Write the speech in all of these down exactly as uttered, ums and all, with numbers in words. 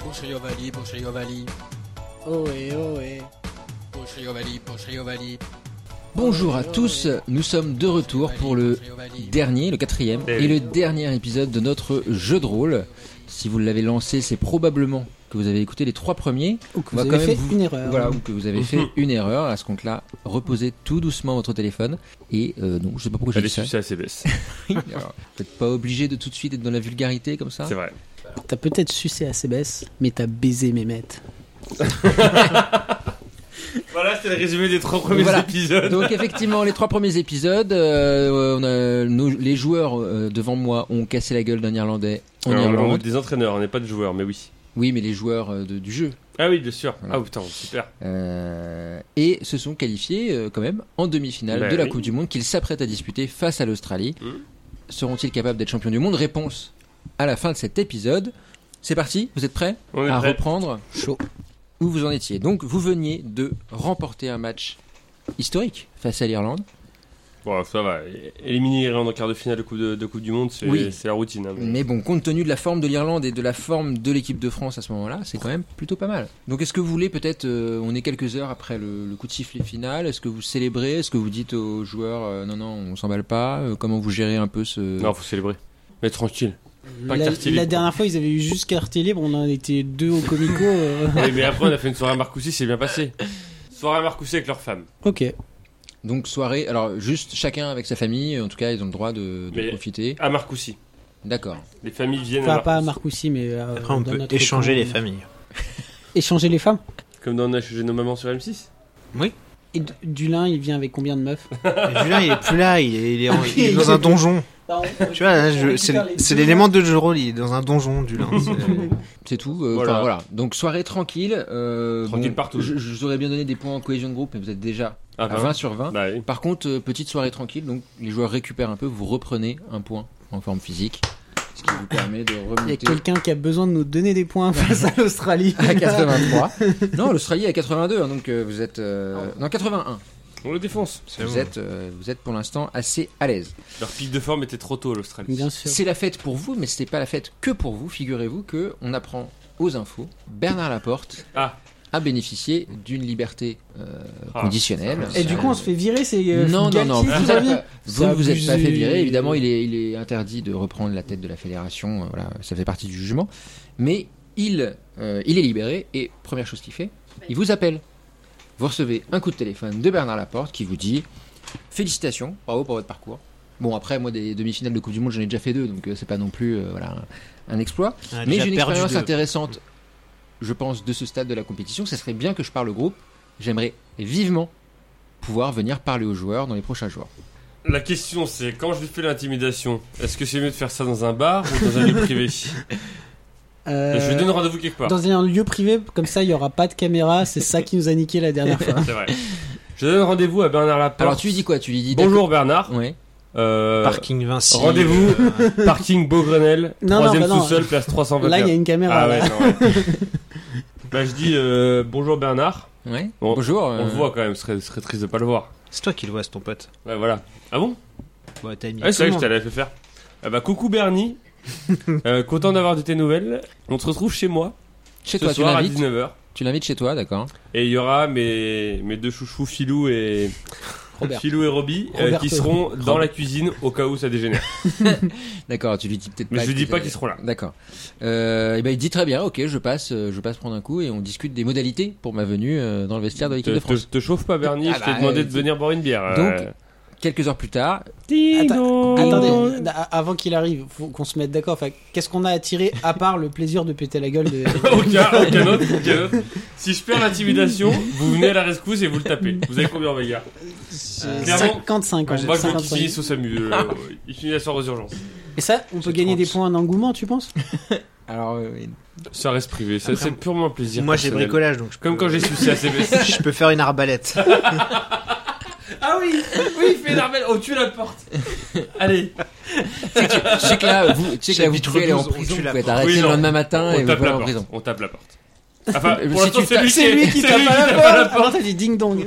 Pusher Ovali, Pusher Ovali. Ohé, ohé. Pusher Ovali, Pusher Ovali. Bonjour à tous, nous sommes de retour pour le dernier, le quatrième et le dernier épisode de notre jeu de rôle. Si vous l'avez lancé, c'est probablement que vous avez écouté les trois premiers. Ou que vous avez fait vous... une erreur. Voilà, ou que vous avez fait une erreur. À ce compte-là, reposez tout doucement votre téléphone. Et euh, non, je sais pas pourquoi j'ai dit ça. Allez sucer à C B S. Alors, vous n'êtes pas obligé de tout de suite être dans la vulgarité comme ça. C'est vrai. T'as peut-être sucé à C B S, mais t'as baisé Mehmet. Voilà, c'était le résumé des trois premiers Voilà. épisodes. Donc effectivement, les trois premiers épisodes, euh, on a, nos, les joueurs euh, devant moi ont cassé la gueule d'un Irlandais en Alors, Irlande. on est des entraîneurs, on n'est pas des joueurs, mais oui. Oui, mais les joueurs euh, de, du jeu. Ah oui, bien sûr. Voilà. Ah putain, super. Euh, et se sont qualifiés euh, quand même en demi-finale Bah de la oui. Coupe du Monde qu'ils s'apprêtent à disputer face à l'Australie. Mmh. Seront-ils capables d'être champions du monde? Réponse à la fin de cet épisode. C'est parti, vous êtes prêts On est à prêts. reprendre Chaud. où vous en étiez? Donc vous veniez de remporter un match historique face à l'Irlande. Bon, ça va. Éliminer l'Irlande en quart de finale de Coupe, de, de coupe du Monde, c'est Oui. c'est la routine. Hein, mais... Mais bon, compte tenu de la forme de l'Irlande et de la forme de l'équipe de France à ce moment-là, c'est quand même plutôt pas mal. Donc est-ce que vous voulez peut-être, euh, on est quelques heures après le, le coup de sifflet final, est-ce que vous célébrez, est-ce que vous dites aux joueurs euh, non non on s'emballe pas, euh, comment vous gérez un peu ce... Non, faut célébrer. Mais tranquille. Pas La, quartier la libre, dernière fois, ils avaient eu juste quartier libre, on en était deux au Comico. euh. Oui, mais après, on a fait une soirée à Marcoussis, c'est bien passé. Soirée à Marcoussis avec leur femme. Ok. Donc soirée, alors juste chacun avec sa famille, en tout cas ils ont le droit de, de Mais- profiter. À Marcoussis. D'accord. Les familles viennent Enfin, à pas à Marcoussis. Marcoussis, mais. euh, Après, on dans peut notre échanger camp. les familles. Échanger les femmes. Comme dans On a chez nos mamans sur M six. Et D- Dulin, il vient avec combien de meufs? Mais Julien, il est plus là, il est, il est, en- il est dans un donjon. Tu vois, là, je- c'est c'est l'élément de jeu de rôle, il est dans un donjon, Julien. c'est- C'est tout. euh, Voilà. Enfin voilà. Donc soirée tranquille. euh, Tranquille partout. Je, je vous aurais bien donné des points en cohésion de groupe, mais vous êtes déjà Ah, à vingt sur vingt. Bah oui. Par contre, euh, petite soirée tranquille, donc les joueurs récupèrent un peu, vous reprenez un point en forme physique, ce qui vous permet de Il y a remonter quelqu'un qui a besoin de nous donner des points face à l'Australie. à quatre-vingt-trois. Non, l'Australie est à quatre-vingt-deux, hein, donc euh, vous êtes... euh, non, quatre-vingt-un. On le défonce. c'est Vous bon. êtes, euh, vous êtes pour l'instant assez à l'aise. Leur pic de forme était trop tôt, l'Australie. Bien sûr. C'est la fête pour vous, mais ce n'est pas la fête que pour vous. Figurez-vous que on apprend aux infos, Bernard Laporte Ah. a bénéficié d'une liberté euh, Ah, conditionnelle. Et du coup, on se fait virer, c'est. euh, Non, non, non, Galtier, vous vous avez- êtes pas, vous C'est ne vous êtes pas abusé. fait virer. Évidemment, il est, il est interdit de reprendre la tête de la fédération. euh, Voilà, ça fait partie du jugement. Mais il, euh, il est libéré et première chose qu'il fait, il vous appelle. Vous recevez un coup de téléphone de Bernard Laporte qui vous dit félicitations, bravo pour votre parcours. Bon, après, moi, des demi-finales de Coupe du Monde, j'en ai déjà fait deux, donc euh, c'est pas non plus euh, voilà, un, un exploit. On a Mais déjà j'ai une perdu expérience deux. intéressante, je pense, de ce stade de la compétition. Ça serait bien que je parle au groupe. J'aimerais vivement pouvoir venir parler aux joueurs dans les prochains jours. La question c'est, quand je lui fais l'intimidation, est-ce que c'est mieux de faire ça dans un bar ou dans un lieu privé? Euh, Je lui donne rendez-vous quelque part. Dans un lieu privé, comme ça, il y aura pas de caméra. C'est ça qui nous a niqué la dernière fois. C'est vrai. Je donne rendez-vous à Bernard Laporte. Alors, tu lui dis quoi? Tu lui dis Bonjour Bernard. d'accord. Ouais. Euh, Parking Vinci. Rendez-vous. euh, Parking Beaugrenelle, Non, non, troisième bah non. sous-sol, place trois cent vingt-quatre. Là, il y a une caméra. Ah ouais, là. non, ouais. Bah je dis euh, bonjour Bernard. Ouais. Bon, Bonjour. On euh, le voit quand même, ce serait, ce serait triste de pas le voir. C'est toi qui le vois, c'est ton pote. Ouais, voilà. Ah bon? Bon, t'as mis Ouais, c'est vrai que je tout le t'allais fait faire. Ah bah coucou Bernie. euh, content d'avoir de tes nouvelles. On se retrouve chez moi Chez ce toi, tu soir à l'invites. dix-neuf heures. Tu l'invites chez toi, d'accord. Et il y aura mes, mes deux chouchous Philou et Robert. Philou et Roby euh, Roberto. qui seront dans la cuisine au cas où ça dégénère. D'accord, tu lui dis peut-être Mais pas. je lui dis que- pas qu'ils seront là. D'accord. Euh, et ben il dit très bien. Ok, je passe, euh, je passe prendre un coup et on discute des modalités pour ma venue euh, dans le vestiaire de l'équipe Te, de France. te, te chauffe pas Bernie, Ah je t'ai bah, demandé euh, de venir boire une bière. Donc, euh. Quelques heures plus tard, Attends, attendez, d- avant qu'il arrive, faut qu'on se mette d'accord. Enfin, qu'est-ce qu'on a à tirer à part le plaisir de péter la gueule de. aucun, aucun autre, aucun autre. Si je perds l'intimidation, vous venez à la rescousse et vous le tapez. Vous avez combien, les gars? Clairement, cinquante-cinq ans. Moi, je veux qu'il cinquante-cinq. finisse au SAMU. euh, il finit la soirée aux urgences. Et ça, on peut gagner trente. des points en engouement, tu penses? alors euh, Ça reste privé, ça, Après, c'est purement un plaisir. Moi, j'ai personnel. bricolage, donc je Comme peux- quand j'ai sucé à C B S. Je peux faire une arbalète. Ah oui, oui, il fait l'armelle. Oh, tu la porte. Allez, je sais que là, vous, tu sais que là, vous Chapitre pouvez aller en douze, on prison, tue vous la pouvez être porte. arrêté Oui, le non. lendemain matin et on vous tape pouvez la en porte. prison. On tape la porte. Enfin, Si pour l'instant, tu c'est tapes- lui, C'est lui qui tape à la tape à la porte. porte. Avant, t'as dit ding dong.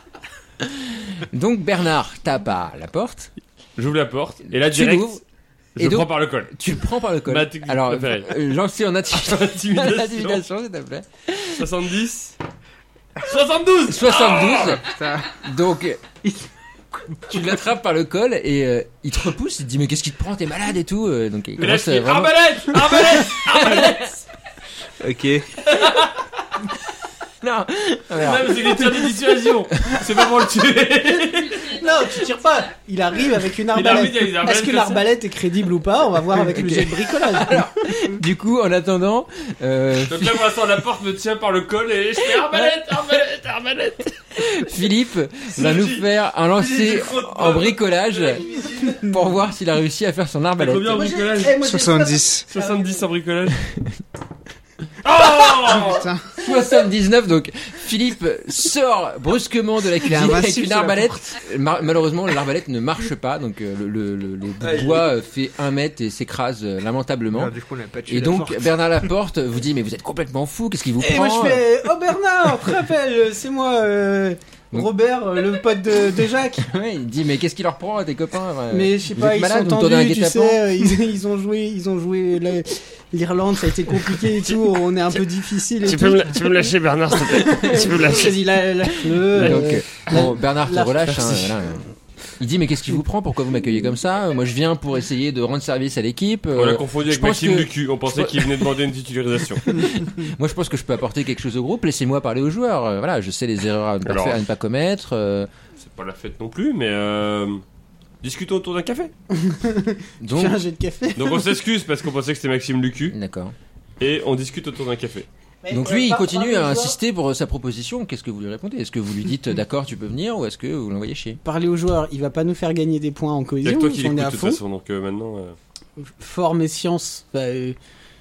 Donc Bernard tape à la porte. J'ouvre la porte et là Tu direct, l'ouvres. Je Et le donc, prends par le col. tu le prends par le col. Ma technique Alors, préférée. euh, lancez en intimidation, Intimidation. l'intimidation, s'il te plaît. soixante-dix. soixante-douze. soixante-douze. Putain. Donc, euh, tu l'attrapes par le col et euh, il te repousse. Il te dit mais qu'est-ce qui te prend? T'es malade et tout. euh, Donc, il Mais là, commence je euh, dis vraiment. arbalète. Arbalète. Arbalète. Ok. Non. Alors, Même c'est des tirs de dissuasion. C'est pas pour le tuer. Non, tu tires pas. Il arrive avec une Il a envie arbalète. d'y aller, arbalète Est-ce que comme ça. l'arbalète est crédible ou pas? On va voir avec le Ok. jet de bricolage. du coup, en attendant, euh, Donc là, pour l'instant, la porte me tient par le col et je fais arbalète, arbalète, arbalète. Philippe va nous faire un lancer en bricolage pour voir s'il a réussi à faire son arbalète. Combien en bricolage? Eh, moi, j'ai- soixante-dix. soixante-dix en bricolage. Oh Putain. soixante-dix-neuf, donc Philippe sort brusquement de la cuisine avec invincible une sur la arbalète. Ma- malheureusement, l'arbalète ne marche pas, donc euh, le, le, le, le bout de bois euh, fait un mètre et s'écrase euh, lamentablement. Ah, du coup, on a pas tué Et la donc forte. Bernard Laporte vous dit mais vous êtes complètement fou, qu'est-ce qui vous Et prend moi je fais oh Bernard, te rappelle, c'est moi euh, Donc- Robert, euh, le pote de, de Jacques. Ouais, il dit mais qu'est-ce qui leur prend tes copains euh, Mais je sais vous pas, êtes ils malades, sont vous tournez un tendus, tu guet-apens sais, euh, ils, ils ont joué, ils ont joué la- l'Irlande, ça a été compliqué et tout, on est un peu difficile et Tu tout. peux, me, tu peux me lâcher, Bernard, s'il te plaît. Tu peux me lâcher. Vas-y, la- lâche-le. Donc, euh, euh, bon, Bernard te la- relâche. Hein, merci. voilà. Il dit mais qu'est-ce qui vous prend? Pourquoi vous m'accueillez comme ça? Moi je viens pour essayer de rendre service à l'équipe. On l'a Euh, confondu je avec pense Maxime que- Lucu. On pensait qu'il venait demander une titularisation. Moi je pense que je peux apporter quelque chose au groupe. Laissez-moi parler aux joueurs. Euh, voilà, je sais les erreurs à ne pas, Alors- faire, à ne pas commettre. euh, C'est pas la fête non plus, mais euh... discutons autour d'un café. donc Fais un jet de café. Donc on s'excuse parce qu'on pensait que c'était Maxime Lucu d'accord. et on discute autour d'un café. Donc lui il continue à insister pour euh, sa proposition. Qu'est-ce que vous lui répondez? Est-ce que vous lui dites euh, d'accord tu peux venir ou est-ce que vous l'envoyez chier? Parler aux joueurs, il va pas nous faire gagner des points en Il y a cohésion, que toi qui on l'écoutes est de à toute fond. façon, donc euh, maintenant euh, Forme et science, bah, euh,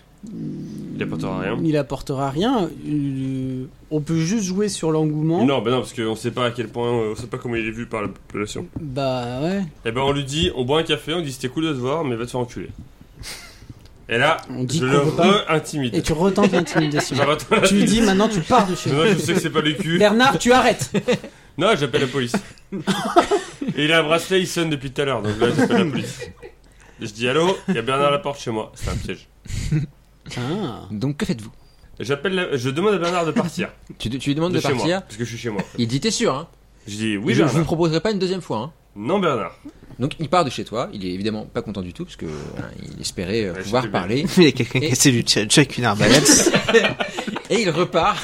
il apportera rien. il apportera rien. Euh, on peut juste jouer sur l'engouement. Non, bah non, parce qu'on sait pas à quel point, euh, on sait pas comment il est vu par la population. Bah ouais. Et ben on lui dit, on boit un café, on dit c'était cool de se voir, mais va te faire enculer. Et là, On dit je qu'on le veut pas. re-intimide. Et tu retentes l'intimidation. Je retente Tu lui dis maintenant tu pars de chez Mais moi. moi je sais que c'est pas le cul. Bernard, tu arrêtes. Non, j'appelle la police. Et il a un bracelet, il sonne depuis tout à l'heure, donc là j'appelle la police. Et je dis allô, il y a Bernard Laporte chez moi, c'est un piège. Ah. Donc que faites-vous? J'appelle, la- je demande à Bernard de partir. Tu, tu lui demandes De de, chez partir. moi, parce que je suis chez moi. Il dit t'es sûr hein? Je dis oui je, je vous Bernard. proposerai pas une deuxième fois. Hein. Non Bernard. Donc il part de chez toi. Il est évidemment pas content du tout parce que voilà, il espérait euh, Ouais, pouvoir j'étais bien. parler. Il y a quelqu'un qui Et- essaie de lui tirer avec une arbalète. Et il repart.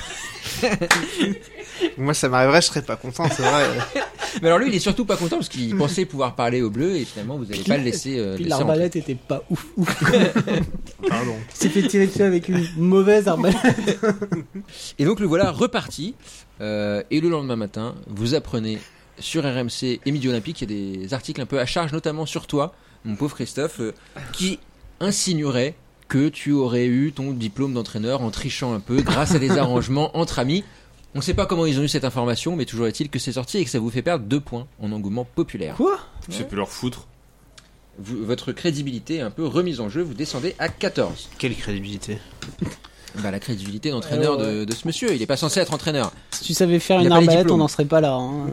Moi, ça m'arriverait, je serais pas content, c'est vrai. Mais alors lui, il est surtout pas content parce qu'il pensait pouvoir parler au bleu et finalement vous n'allez pas le laisser. Euh, Puis laisser l'arbalète était pas ouf ouf. Pardon. Il s'est fait tirer dessus avec une mauvaise arbalète. entrer. Et donc le voilà reparti. Euh, et le lendemain matin, vous apprenez sur R M C et Midi Olympique, il y a des articles un peu à charge, notamment sur toi, mon pauvre Christophe, euh, qui insinuerait que tu aurais eu ton diplôme d'entraîneur en trichant un peu grâce à des arrangements entre amis. On ne sait pas comment ils ont eu cette information, mais toujours est-il que c'est sorti et que ça vous fait perdre deux points en engouement populaire. Quoi? C'est plus leur foutre. Vous- votre crédibilité est un peu remise en jeu, vous descendez à quatorze. Quelle crédibilité. Bah, la crédibilité d'entraîneur Euh, ouais. de, de ce monsieur, il est pas censé être entraîneur. Si tu savais faire Il a une pas les arbalète, diplômes. on n'en serait pas là. hein.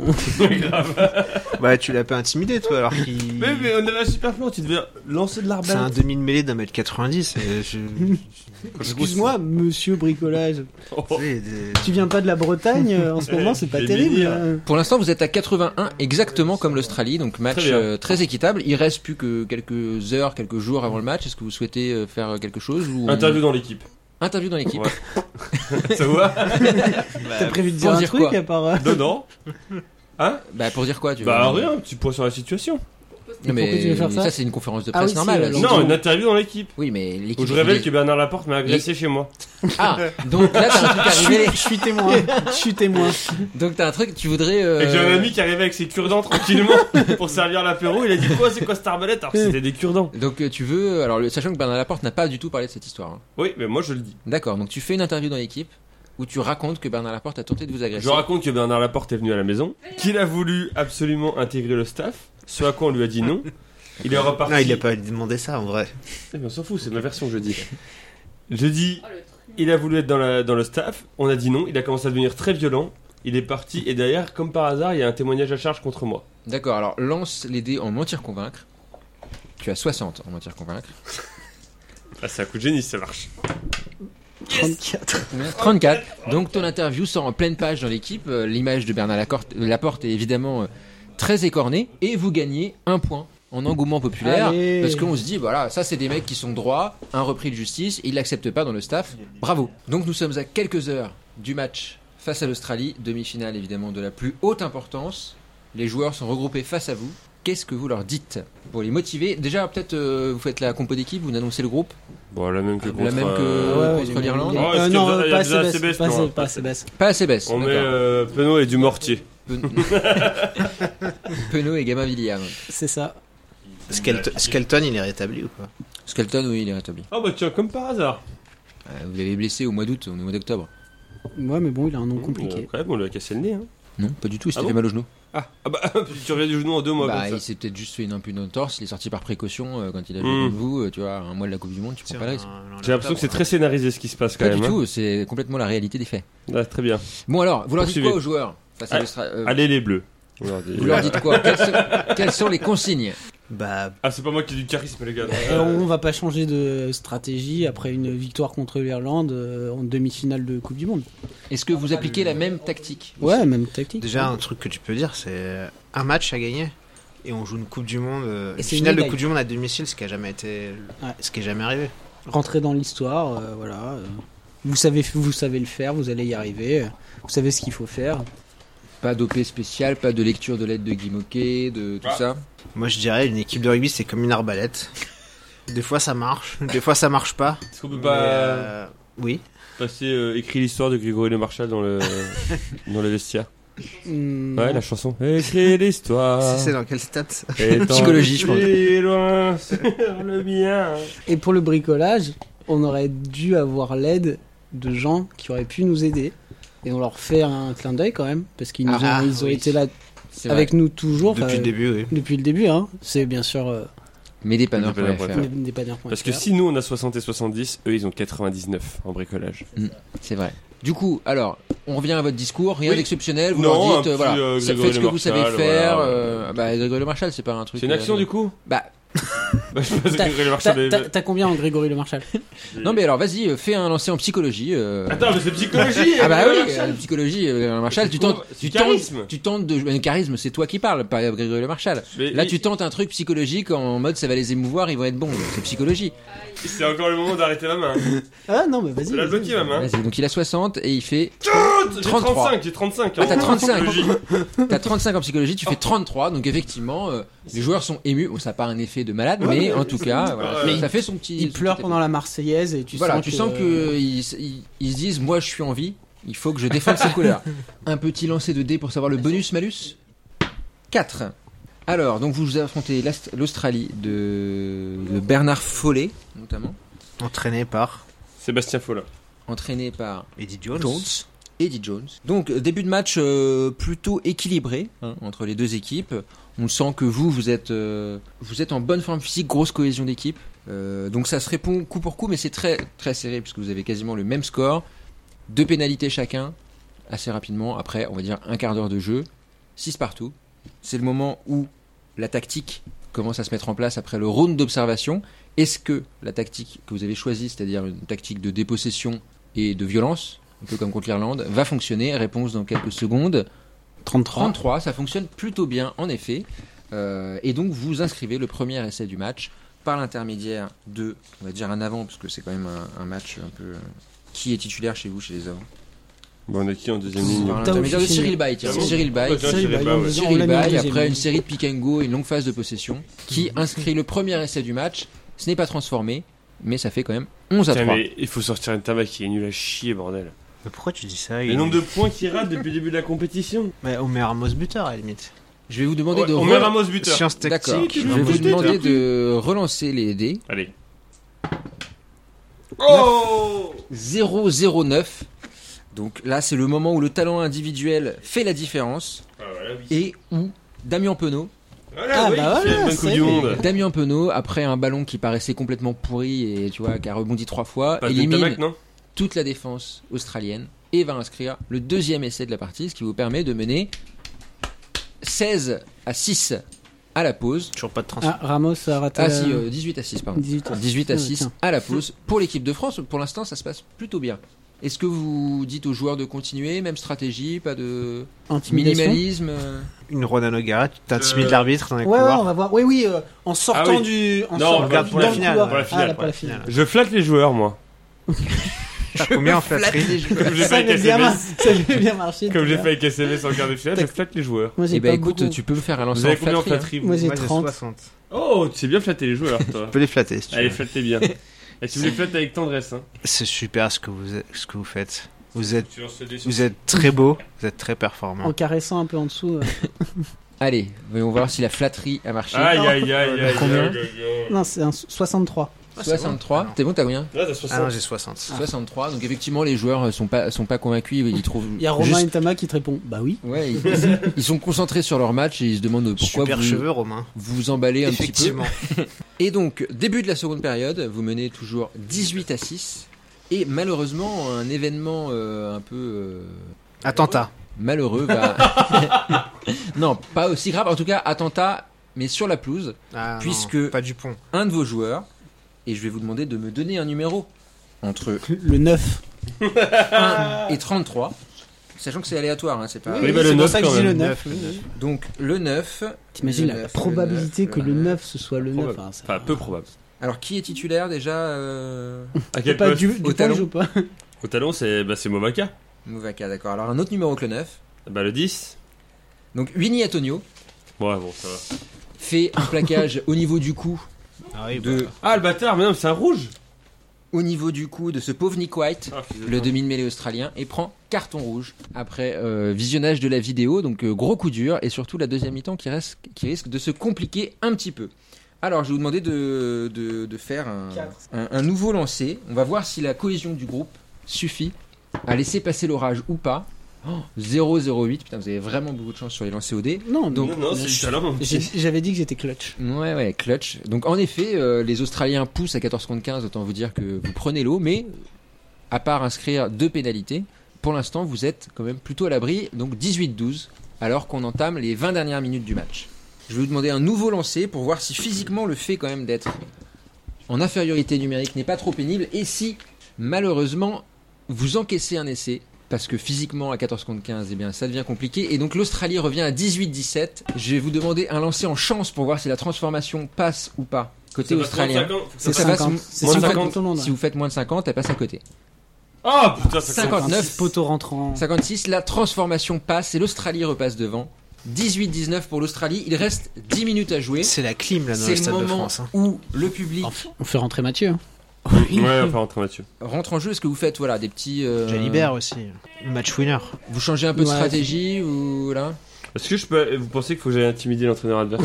Bah, tu l'as pas intimidé, toi, alors qu'il. Mais, mais on avait un super plan, tu devais lancer de C'est un l'arbalète. demi de mêlée d'un mètre quatre-vingt-dix. et je... Excuse-moi, monsieur bricolage. Oh. Tu sais, des- Tu viens pas de la Bretagne euh, en ce Ouais, moment, c'est pas j'ai terrible. mis, euh. Pour l'instant, vous êtes à quatre-vingt-un, exactement comme l'Australie, donc match Très bien. euh, très équitable. Il reste plus que quelques heures, quelques jours avant le match. Est-ce que vous souhaitez euh, faire quelque chose ou on- Interview dans l'équipe. Interview dans l'équipe. Ouais. Ça va? T'as prévu de dire Pour un dire truc quoi à part. euh, Non, non. Hein? Bah pour dire quoi tu Bah veux rien, petit point sur la situation. Non, mais pourquoi tu veux faire ça c'est une conférence de Ah presse oui, si, normale. euh, C'est- Non, une interview dans l'équipe. Oui, mais Où l'équipe. je révèle les- que Bernard Laporte m'a agressé chez moi. Ah, donc là t'as un truc à Je suis, révéler. je suis témoin. Je suis témoin. Donc t'as un truc, tu voudrais. euh, Et que j'ai un ami qui arrivait avec ses cure-dents tranquillement pour servir l'apéro. Il a dit quoi, c'est quoi cette arbalète? Alors que c'était des cure-dents. Donc euh, tu veux, alors le- sachant que Bernard Laporte n'a pas du tout parlé de cette histoire. hein. Oui, mais moi je le dis. D'accord, donc tu fais une interview dans l'équipe où tu racontes que Bernard Laporte a tenté de vous agresser. Je raconte que Bernard Laporte est venu à la maison, qu'il a voulu absolument intégrer le staff, ce à quoi on lui a dit non. Il est reparti. Non, il a pas demandé ça, en vrai. Eh ben, on s'en fout, c'est ma version, je dis. Je dis, il a voulu être dans, la, dans le staff, on a dit non, il a commencé à devenir très violent, il est parti, et derrière, comme par hasard, il y a un témoignage à charge contre moi. D'accord, alors lance les dés en mentir convaincre. Tu as soixante en matière convaincre. Ah, c'est un coup de génie, ça marche. trente-quatre. trente-quatre. Donc ton interview sort en pleine page dans l'équipe. Euh, L'image de Bernard Lacorte- Laporte est évidemment euh, très écornée. Et vous gagnez un point en engouement populaire. Allez. Parce qu'on se dit, voilà, ça c'est des mecs qui sont droits, un repris de justice, et ils l'acceptent pas dans le staff. Bravo. Donc nous sommes à quelques heures du match face à l'Australie. Demi-finale évidemment de la plus haute importance. Les joueurs sont regroupés face à vous. Qu'est-ce que vous leur dites pour les motiver? Déjà, peut-être euh, vous faites la compo d'équipe, vous annoncez le groupe. Bon, la même que contre, La même que euh, Ouais, contre ouais, l'Irlande. il est- Oh, euh, est-ce non, qu'il y a pas assez assez baisse, baisse, pas non, assez- pas assez baisse. Pas assez baisse. On met d'accord. euh, Penaud et du mortier. Pen- Penaud et Gabin William. C'est ça. Skelt- Skelton, il est rétabli ou pas? Skelton, oui, il est rétabli. Ah bah tiens, comme par hasard. Euh, vous l'avez blessé au mois d'août, au mois d'octobre. Ouais, mais bon, il a un nom Bon, compliqué. quand même, on lui a cassé le nez. Hein. Non, pas du tout, il s'était Ah bon fait mal au genou. Ah, ah bah tu reviens du genou en deux mois Bah, comme il ça. s'est peut-être juste fait une impune dans le torse, il est sorti par précaution euh, quand il a joué Mm. contre vous, euh, tu vois, un mois de la Coupe du Monde, tu prends pas le risque. J'ai l'impression que c'est très scénarisé ce qui se passe quand Pas même. du tout, c'est complètement la réalité des faits. Hein. Ah, très bien. Bon alors, vous leur dites Poursuivez. quoi aux joueurs face à Ah, l'Austra- euh, Allez les bleus. On leur dit. Vous leur dites quoi quelles sont, quelles sont les consignes? Bah, Ah, c'est pas moi qui ai du charisme, les gars. Euh, on va pas changer de stratégie après une victoire contre l'Irlande euh, en demi-finale de Coupe du Monde. Est-ce que vous appliquez la même tactique? Ouais, même tactique. déjà, un truc que tu peux dire, c'est un match à gagner. Et on joue une Coupe du Monde. euh, Et Une c'est finale une de médaille. Coupe du Monde à domicile, ce qui a jamais été. Ouais. Ce qui est jamais arrivé. Rentrer dans l'histoire, euh, voilà. euh, vous savez, vous savez le faire, vous allez y arriver. euh, Vous savez ce qu'il faut faire. Pas d'O P spécial, pas de lecture de lettres de Guy Moquet, de tout Ah. ça. Moi, je dirais, une équipe de rugby, c'est comme une arbalète. Des fois, ça marche. Des fois, ça marche pas. Est-ce qu'on peut Mais, pas euh, Oui. passer euh, écrit l'histoire de Grégory Le Marchal dans le dans le vestiaire? Hmm, Ouais, non. la chanson. Écris l'histoire. C'est dans quel stade? Étant Psychologie, je pense. si loin sur le bien. Et pour le bricolage, on aurait dû avoir l'aide de gens qui auraient pu nous aider. Et on leur fait un clin d'œil quand même, parce qu'ils nous Ah, ont, ils ont oui. été là C'est avec nous toujours. Depuis enfin, le début, oui. Depuis le début, hein. C'est bien sûr euh, Mais des panneurs point F R. Dépanneurs.fr. des, des panneurs point F R. Parce que si nous on a soixante et soixante-dix, eux ils ont quatre-vingt-dix-neuf en bricolage. C'est vrai. Du coup, alors, on revient à votre discours, rien Oui. d'exceptionnel, vous Non, leur un dites, euh, petit, voilà, euh, ça- Grégory faites ce que Le vous savez Marchal, faire. voilà. euh, bah, Grégory Le Marchal, c'est pas un truc. C'est une action euh, du coup. Bah, Bah, je pense que T'as- Grégory Le T'as Marchal. t'as- t'as combien en Grégory Le Marchal? non mais alors, vas-y, euh, fais un lancer en psychologie. euh. Attends, mais c'est psychologie. Ah bah Grégory oui, Le Marchal. euh, psychologie, euh, Le Marchal, tu tentes, C'est tu tentes, charisme. tu tentes de, le charisme, c'est toi qui parles, pas Grégory Le Marchal. Mais Là, oui, tu tentes un truc psychologique en mode ça va les émouvoir, ils vont être bons. C'est psychologie. c'est encore le moment d'arrêter la main. Ah non, mais vas-y. C'est la vas-y. bloquée ma main. Vas-y, donc il a soixante et il fait. J'ai trente-trois. trente-cinq, j'ai trente-cinq. Ah, t'as en trente-cinq. psychologie. T'as trente-cinq en psychologie, tu fais trente-trois, donc effectivement, euh, les joueurs sont émus. Bon, ça n'a pas un effet de malade, mais mais en tout cas, voilà, Mais ça fait son petit. Il son pleure petit pendant la Marseillaise et tu voilà, sens tu que... sens que ils, ils- ils se disent, moi je suis en vie, il faut que je défende ces couleurs. Un petit lancer de dés pour savoir le bonus malus. quatre. Alors, donc vous affrontez l'Ast- l'Australie de, de Bernard Follet, notamment, Entraîné par Sébastien Follin. entraîné par Eddie Jones. Jones. Eddie Jones. Donc euh, début de match euh, plutôt équilibré hein, entre les deux équipes. On sent que vous, vous êtes, euh, vous êtes en bonne forme physique, grosse cohésion d'équipe. Euh, donc ça se répond coup pour coup, mais c'est très très serré puisque vous avez quasiment le même score, deux pénalités chacun, assez rapidement. Après, on va dire un quart d'heure de jeu, six partout. C'est le moment où la tactique commence à se mettre en place après le round d'observation. Est-ce que la tactique que vous avez choisie, c'est-à-dire une tactique de dépossession et de violence, un peu comme contre l'Irlande, va fonctionner? Réponse dans quelques secondes. trente-trois. trente-trois, ça fonctionne plutôt bien en effet. Euh, et donc vous inscrivez le premier essai du match par l'intermédiaire de, on va dire un avant, parce que c'est quand même un, un match un peu... euh, Qui est titulaire chez vous, chez les hommes? Bon, on est qui en deuxième ligne? Par l'intermédiaire de Officiné. Cyril Bay, tiens, Ah bon Cyril Bay. Ouais, tiens, Cyril Cyril Bay, Bay, on ouais. l'a- Cyril mis en Bay, deuxième après ligne. une série de pick and go et une longue phase de possession, qui inscrit le premier essai du match. Ce n'est pas transformé, mais ça fait quand même onze à Putain, trois. mais il faut sortir une tabac qui est nul à chier, bordel. Mais pourquoi tu dis ça? Le il- nombre de points qu'il rate depuis le début de la compétition. Mais on met Ramos buteur à la limite. Je vais vous demander Ouais, de on re- met Ramos buteur. Science D'accord. tactique. Je vais Ramos vous buteur. demander de relancer les dés. Allez. Oh zéro zéro neuf. Donc là, c'est le moment où le talent individuel fait la différence Ah, voilà, oui. et où Damien Penaud, Voilà, Ah, oui, bah qui fait voilà, une bonne Coupe c'est- du Monde. Damien Penaud, après un ballon qui paraissait complètement pourri et tu vois, qui a rebondi trois fois, Pas de élimine tabac, non? toute la défense australienne et va inscrire le deuxième essai de la partie, ce qui vous permet de mener seize à six à la pause. Toujours pas de transfert. Ah, Ramos a raté. Ah la- si, euh, dix-huit à six, pardon. dix-huit à six. dix-huit à Ah, six tiens. à la pause pour l'équipe de France. Pour l'instant, ça se passe plutôt bien. Est-ce que vous dites aux joueurs de continuer, même stratégie, pas de Intimidation. minimalisme euh, Une Ronan O'Gara, tu t'intimides Euh, l'arbitre dans les Ouais, ouais, couloirs. on va voir. Oui, oui, euh, en sortant Ah oui. du. En Non, sortant regarde, du- pour la dans le finale, couloir. pour la finale, Ah, là, pour pour la la finale. finale. Je flatte les joueurs, moi. T'as combien en flatte flatterie les joueurs. Comme j'ai fait Ça avec avait bien, mar- S M S. ça avait bien marché. Comme tout j'ai à fait avec S M S en quart de finale, je flatte les joueurs. Moi, j'ai Eh ben pas écoute, beaucoup. tu peux me faire un Vous lancer avez en combien en flatterie, hein. flatterie vous Moi, j'ai Moi, j'ai trente. soixante. Oh, tu sais bien flatter les joueurs, toi. Tu peux les flatter si tu Allez, veux. flattez bien. Et tu me les flattes avec tendresse, hein. C'est super ce que vous, êtes- ce que vous faites. Vous êtes, Tu lances le dé sur- vous êtes très beau, vous êtes très performant. En caressant un peu en dessous. euh. Allez, voyons voir si la flatterie a marché. Aïe, aïe, aïe, aïe. Combien aïe, aïe, aïe. Non, c'est un soixante-trois. soixante-trois. T'es bon, t'as combien Là, t'as Ah soixante. non, j'ai soixante. soixante-trois. Donc effectivement, les joueurs euh, sont pas sont pas convaincus. Ils trouvent. Il y a Romain juste- Ntama qui te répond. Bah oui. Ouais, ils, ils sont concentrés sur leur match et ils se demandent pourquoi Super vous cheveux, Romain. vous vous emballez un petit peu. Effectivement. Et donc, début de la seconde période, vous menez toujours dix-huit à six. Et malheureusement, un événement euh, un peu euh, Attentat. malheureux va. Non, pas aussi grave. En tout cas, attentat, mais sur la pelouse. Ah, non, Puisque- pas du pont. Un de vos joueurs, et je vais vous demander de me donner un numéro entre Le neuf. un et trente-trois. Sachant que c'est aléatoire, hein, c'est pas. Oui, bah, le c'est pour neuf, ça que je quand dis le même. neuf. Neuf, oui, oui. Donc le neuf. T'imagines le la neuf, probabilité le que le neuf ce soit le neuf. Probable. Enfin, ça- Enfin, peu probable. Alors qui est titulaire déjà euh... À quel Pas poste du, Au du point talon. joue pas. Au talon, c'est bah, c'est Movaka. Mouvaka, d'accord. Alors un autre numéro que le neuf. Bah, le dix. Donc Winnie Antonio Ouais, bon, ça va. fait un plaquage au niveau du cou Ah oui, de bah. Ah, le bâtard, mais non, mais c'est un rouge. au niveau du cou de ce pauvre Nick White, Ah, fils de le putain. demi de mêlée australien, et prend carton rouge après euh, visionnage de la vidéo. Donc euh, gros coup dur et surtout la deuxième mi-temps qui reste qui risque de se compliquer un petit peu. Alors je vais vous demander de, de, de faire un, Quatre. un, un nouveau lancer. On va voir si la cohésion du groupe suffit à laisser passer l'orage ou pas. Oh, zéro zéro huit, putain, vous avez vraiment beaucoup de chance sur les lancers au dé. Non, Donc, Non, non, c'est le talent. j'ai- j'avais dit que j'étais clutch. Ouais, ouais, clutch. Donc en effet, euh, les Australiens poussent à quatorze contre quinze, autant vous dire que vous prenez l'eau, mais à part inscrire deux pénalités, pour l'instant vous êtes quand même plutôt à l'abri, donc dix-huit douze, alors qu'on entame les vingt dernières minutes du match. Je vais vous demander un nouveau lancer pour voir si physiquement le fait quand même d'être en infériorité numérique n'est pas trop pénible, et si malheureusement vous encaissez un essai. Parce que physiquement à quatorze contre quinze, eh bien ça devient compliqué. Et donc l'Australie revient à dix-huit dix-sept. Je vais vous demander un lancer en chance pour voir si la transformation passe ou pas. Côté australien. C'est Ça passe cinquante. mo- C'est moins de cinquante cinquante. tout le monde. Si vous faites moins de cinquante, elle passe à côté. Oh putain, ça cinquante-neuf. Poteau rentrant. cinquante-six, la transformation passe et l'Australie repasse devant. dix-huit dix-neuf pour l'Australie. Il reste dix minutes à jouer. C'est la clim là dans C'est le le stade de moment France. hein. où le public On fait rentrer Mathieu. hein. Ouais, enfin, rentre Mathieu. rentre en jeu. Est-ce que vous faites voilà, des petits... euh, Jalibert aussi. Match winner. Vous changez un peu de Ouais. stratégie ou là? Est-ce que je peux. Vous pensez qu'il faut que j'aille intimider l'entraîneur adverse?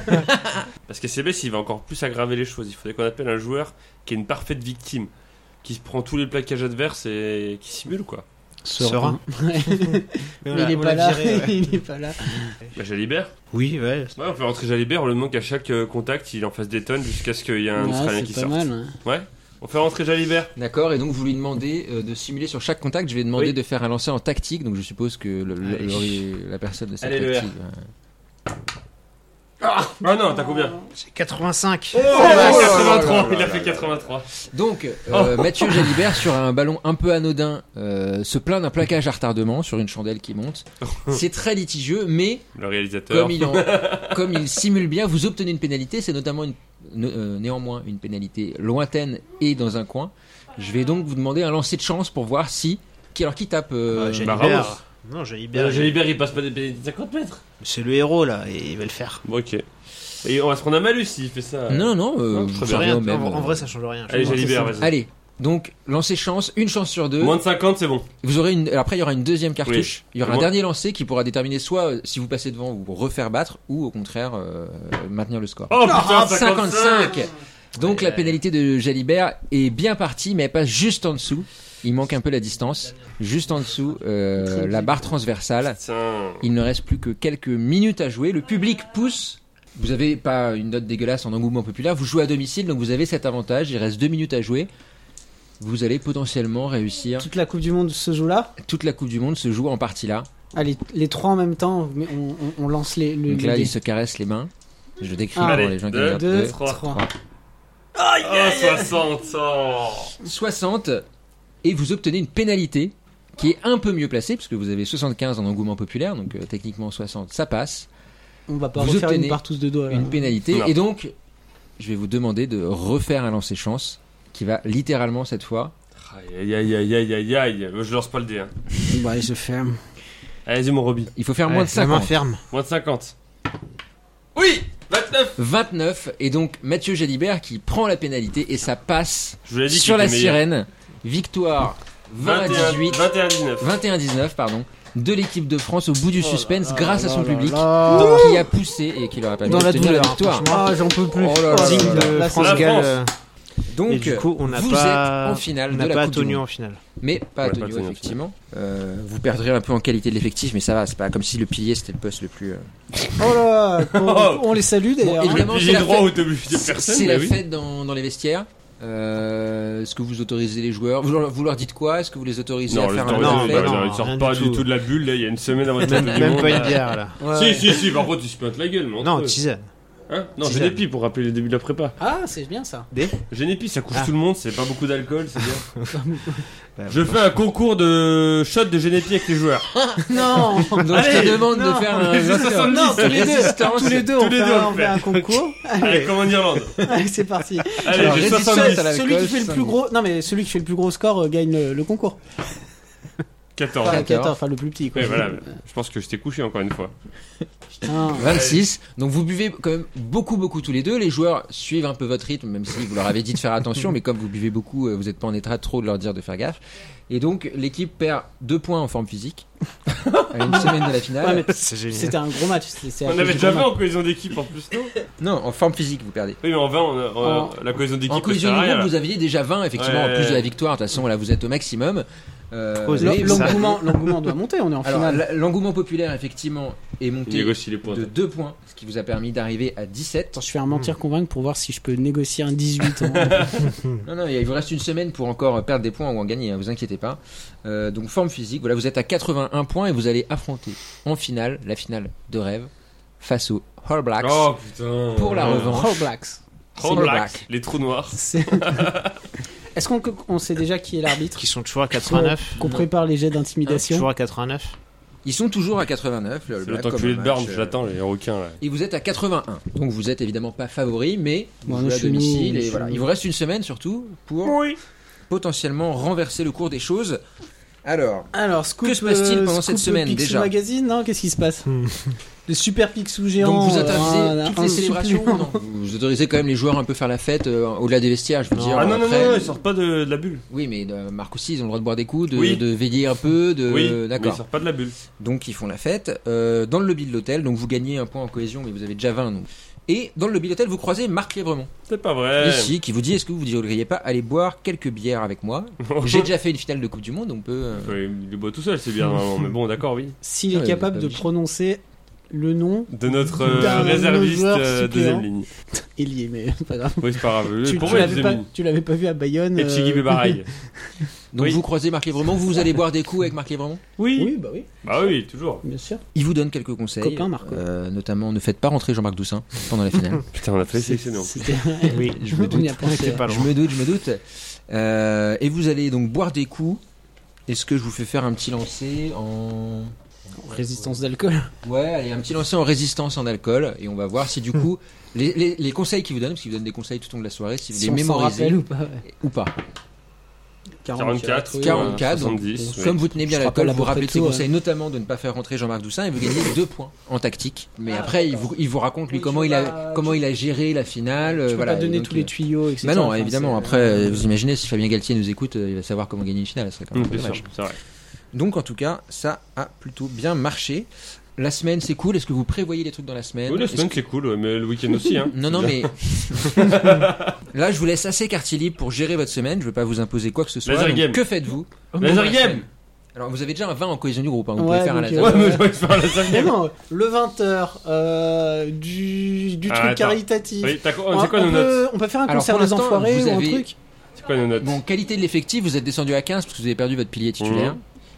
Parce que C B S, il va encore plus aggraver les choses. Il faudrait qu'on appelle un joueur qui est une parfaite victime, qui se prend tous les plaquages adverses et qui simule quoi. Serein. Ouais. Mais il est pas là. Il est pas là. Bah, Jalibert. Oui, ouais. Ouais, on fait rentrer Jalibert, on le demande qu'à chaque euh, contact, il en fasse des tonnes jusqu'à ce qu'il y ait un Ouais, Australien qui c'est pas sorte. mal. ouais. Ouais. On fait rentrer Jalibert. D'accord, et donc vous lui demandez euh, de simuler sur chaque contact. Je vais demander Oui. de faire un lancer en tactique, donc je suppose que le- le- Allez. le- la personne de sa Allez, le tactique. R. Ah non, t'as combien? C'est quatre-vingt-cinq. Oh, quatre-vingt-trois. Il a fait quatre-vingt-trois. Donc, euh, Mathieu Jalibert, sur un ballon un peu anodin, euh, se plaint d'un plaquage à retardement sur une chandelle qui monte. C'est très litigieux, mais Le réalisateur. comme il, en- comme il simule bien, vous obtenez une pénalité. C'est notamment une, ne- euh, néanmoins une pénalité lointaine et dans un coin. Je vais donc vous demander un lancer de chance pour voir si. Qui, alors qui tape euh, Ah, Bah, Jalibert. Ramos. Non, Jalibert. Euh, Jalibert, il passe pas des pénalités de cinquante mètres. C'est le héros là, et il va le faire. Bon, ok. Et on va se prendre un malus s'il fait ça. Non, non, euh, Non, je très reviens Rien, au même, en, en euh, vrai, ça change rien. Allez, Je pense. Jalibert, vas-y. Allez, donc lancer chance, une chance sur deux. Moins de cinquante, c'est bon. Vous aurez une. Après, il y aura une deuxième cartouche. Oui. Il y aura Moi- un dernier lancer qui pourra déterminer soit euh, si vous passez devant, vous refaire battre, ou au contraire euh, maintenir le score. Oh putain, cinquante-cinq. Donc Ouais, la ouais. pénalité de Jalibert est bien partie, mais elle passe juste en dessous. Il manque un peu la distance. Juste en dessous, euh, la barre transversale. Tiens. Il ne reste plus que quelques minutes à jouer. Le public pousse. Vous avez pas une note dégueulasse en engouement populaire. Vous jouez à domicile, donc vous avez cet avantage. Il reste deux minutes à jouer. Vous allez potentiellement réussir. Toute la Coupe du Monde se joue là. Toute la Coupe du Monde se joue en partie là. Allez, les trois en même temps, mais on, on- on lance les, le, Donc les là, dés. il se caresse les mains. Je décris Ah, pour allez, les gens qui deux, regardent. deux, Deux, trois. trois. Oh, soixante oh. soixante et vous obtenez une pénalité qui est un peu mieux placée puisque vous avez soixante-quinze en engouement populaire, donc euh, techniquement soixante, ça passe. On va pas Vous refaire obtenez une partouze de doigts. Là. Une pénalité Non. et donc je vais vous demander de refaire un lancer chance qui va littéralement cette fois. Aïe aïe aïe aïe aïe aïe. Je lance pas le dé. Hein. Ouais, je ferme. Allez-y, mon Roby. Il faut faire Ouais, moins de la main cinquante. ferme. Moins de cinquante. Oui vingt-neuf. vingt-neuf et donc Mathieu Jalibert qui prend la pénalité et ça passe Je vous l'ai dit sur qu'il la était meilleur. sirène. Victoire vingt à dix-huit, vingt et un dix-neuf. vingt et un dix-neuf pardon, de l'équipe de France au bout du Oh là suspense là grâce à là son là public là. qui a poussé et qui leur a permis Dans la d'obtenir la douleur, victoire. Ah, j'en peux plus. Oh là là Digne là là. de Là, France c'est la Gall. France. euh, Donc Et du coup, on n'a vous pas- êtes en finale On de n'a la pas Coupe du Antonio Monde. en finale. Mais pas Ouais, Antonio, pas Antonio, effectivement. Euh, vous perdrez un peu en qualité de l'effectif, mais ça va, c'est pas comme si le pilier c'était le poste le plus. euh, Oh là, on, on les salue d'ailleurs. Bon, hein. évidemment, J'ai c'est la le droit fête. où t'es obligé de C'est personne. c'est mais la oui. fête dans, dans les vestiaires. Euh, Est-ce que vous autorisez les joueurs vous leur, vous leur dites quoi? Est-ce que vous les autorisez Non, à les faire un autorisés, non, peu de bah fête non. ils sortent rien pas du du tout. tout de la bulle, là, il y a une semaine avant le Même, titre du même monde, pas là. une bière là. Ouais. Si, si, si, par contre, tu se pintes la gueule, mais entre Non, eux. tisane. Hein Non, Tisane. Genépi pour rappeler le début de la prépa. Ah, c'est bien ça. Genépi, ça couche Ah. tout le monde, c'est pas beaucoup d'alcool, c'est bien. Je fais un concours de shot de Genépi avec les joueurs. Non. Donc je te demande non. de faire un Les soixante-dix, Non, tous les deux, Résistance. tous les deux, Tous on les fait deux, un- on on le fait fait. un concours. Allez, comme en Irlande. Allez, c'est parti. Allez, Alors, j'ai résistance soixante-dix. à la- Celui qui l'alcool, fait le ça plus me- gros, non mais celui qui fait le plus gros score euh, gagne le, le concours. quatorze. Enfin, D'accord. quatorze, enfin le plus petit quoi. Ouais, voilà. Je pense que je t'ai couché encore une fois. Putain. vingt-six. Donc vous buvez quand même beaucoup, beaucoup tous les deux. Les joueurs suivent un peu votre rythme, même si vous leur avez dit de faire attention, mais comme vous buvez beaucoup, euh, vous n'êtes pas en état trop de leur dire de faire gaffe. Et donc l'équipe perd deux points en forme physique à une semaine de la finale. Ouais, mais C'est génial. c'était un gros match. c'est- c'est à On cause avait du déjà gros fait match. en cohésion d'équipe en plus, non Non, en forme physique vous perdez. Oui, mais en vingt, on a- on a- En- la cohésion d'équipe. En cohésion ça du sert à rien, groupe, là. vous aviez déjà vingt effectivement Ouais. en plus de la victoire. De toute façon, là vous êtes au maximum. Euh, Trop mais- zéro. L'engouement, l'engouement doit monter. On est en Alors, finale. la- l'engouement populaire effectivement est Il monté négocie les points. de deux points, ce qui vous a permis d'arriver à dix-sept. Attends, je fais un mentir convaincre pour voir si je peux négocier un dix-huit. en- Non, non, il vous reste une semaine pour encore perdre des points ou en gagner, hein, vous inquiétez pas. Euh, donc forme physique, voilà, vous êtes à quatre-vingt-un points et vous allez affronter en finale, la finale de rêve, face aux All Blacks Oh putain. pour la Oh. revanche. All Blacks. All C'est le Black, Black. les trous noirs. C'est- Est-ce qu'on on sait déjà qui est l'arbitre? Qui sont toujours à quatre-vingt-neuf. Qu'on prépare les jets d'intimidation. Toujours à quatre-vingt-neuf. Ils sont toujours à quatre-vingt-neuf, le All C'est Black, le temps comme que un de Burn, match, euh, j'attends les requins là. Et vous êtes à quatre-vingt-un, donc vous êtes évidemment pas favori, mais vous Bon, jouez nous, à chez nous, domicile et chez voilà. nous. Il vous reste une semaine surtout pour Oui. potentiellement renverser le cours des choses. Alors, Alors, Scoop, Que se passe-t-il euh, pendant Scoop cette semaine, Pixel déjà Magazine, non? Qu'est-ce qui se passe? Hmm. Le super Picsou géant. donc vous euh, interdisez un- toutes un les célébrations supplément. ou non Vous autorisez quand même les joueurs un peu faire la fête euh, au-delà des vestiaires, je veux Non. dire. Ah non, non, après- non, non, ils sortent pas de, de la bulle. Oui, mais euh, Marc aussi, ils ont le droit de boire des coups, de, Oui. de veiller un peu, de. Oui, mais ils D'accord. sortent pas de la bulle. Donc ils font la fête. Euh, dans le lobby de l'hôtel, donc vous gagnez un point en cohésion, mais vous avez déjà vingt. Donc. Et dans le lobby de l'hôtel, vous croisez Marc Lévremont, C'est pas vrai. ici, qui vous dit est-ce que vous ne voudriez pas aller boire quelques bières avec moi J'ai déjà fait une finale de Coupe du Monde, on peut. euh, Ouais, il le boit tout seul, c'est bien normalement. Mais bon, d'accord, oui. S'il est Ouais, capable pas de obligé. prononcer le nom, De notre euh, D'un réserviste joueur euh, suppléant. deuxième ligne. il y est, mais c'est pas grave. Oui, c'est pas grave. Tu, Pour tu moi, l'avais deuxième pas, ligne. tu l'avais pas vu à Bayonne. Et Chigi euh, Bebaraï. Donc Oui. vous croisez Marc Lévremont, vous allez boire des coups avec Marc Lévremont. Oui. Oui, bah oui, Bah oui, toujours. bien sûr. Il vous donne quelques conseils. Copain, Marc. euh, notamment, ne faites pas rentrer Jean-Marc Doussin pendant la finale. Putain, on a fait sélectionner en plus. C'était- Oui, je me On y doute. a on pensé. était pas Je loin. me doute, je me doute. Euh, et vous allez donc boire des coups. Est-ce que je vous fais faire un petit lancer en. Résistance d'alcool. Ouais, allez, un petit lancer en résistance en alcool. Et on va voir si du coup, les, les, les conseils qu'il vous donne, parce qu'il vous donne des conseils tout au long de la soirée, si vous Si les on s'en mémorisez rappelle ou pas. ouais. ou pas. quarante-quatre, quarante-quatre, donc, soixante-dix. oui. comme vous tenez bien Je l'alcool, rappelle à vous peu près rappelez de ses tout, conseils, notamment de ne pas faire rentrer Jean-Marc Doussin, et vous gagnez deux points en tactique. Mais après, il vous, il vous raconte lui Oui, comment tu il peux a pas- comment il a géré la finale. euh, Tu peux voilà. pas donner Et donc, tous les euh, tuyaux, et cetera. Bah non, Enfin, évidemment. c'est- Après, vous imaginez si Fabien Galtier nous écoute, euh, il va savoir comment gagner une finale. Ça serait quand Hum, même Bien dommage. sûr, c'est vrai. Donc en tout cas, ça a plutôt bien marché. La semaine, c'est cool. Est-ce que vous prévoyez des trucs dans la semaine Oui, la Est-ce semaine que- c'est cool, ouais, mais le week-end aussi. Hein. Non, non, C'est mais là, je vous laisse assez quartier libre pour gérer votre semaine. Je ne veux pas vous imposer quoi que ce soit. Laser Donc, game. que faites-vous bien. Laser pendant la game. semaine Alors, vous avez déjà un vingt en cohésion du groupe. Hein. Vous Ouais, pouvez faire un donc, laser. Ouais, euh, mais je vais faire un laser Mais game. non, le vingt heures, euh, du, du Ah, truc attends. caritatif. Oui, t'as quoi- On, c'est quoi on nos peut, notes on peut faire un Alors, concert pour des l'instant, enfoirés vous ou un avez- truc. C'est quoi nos notes Bon, qualité de l'effectif, vous êtes descendu à quinze parce que vous avez perdu votre pilier titulaire. Mmh.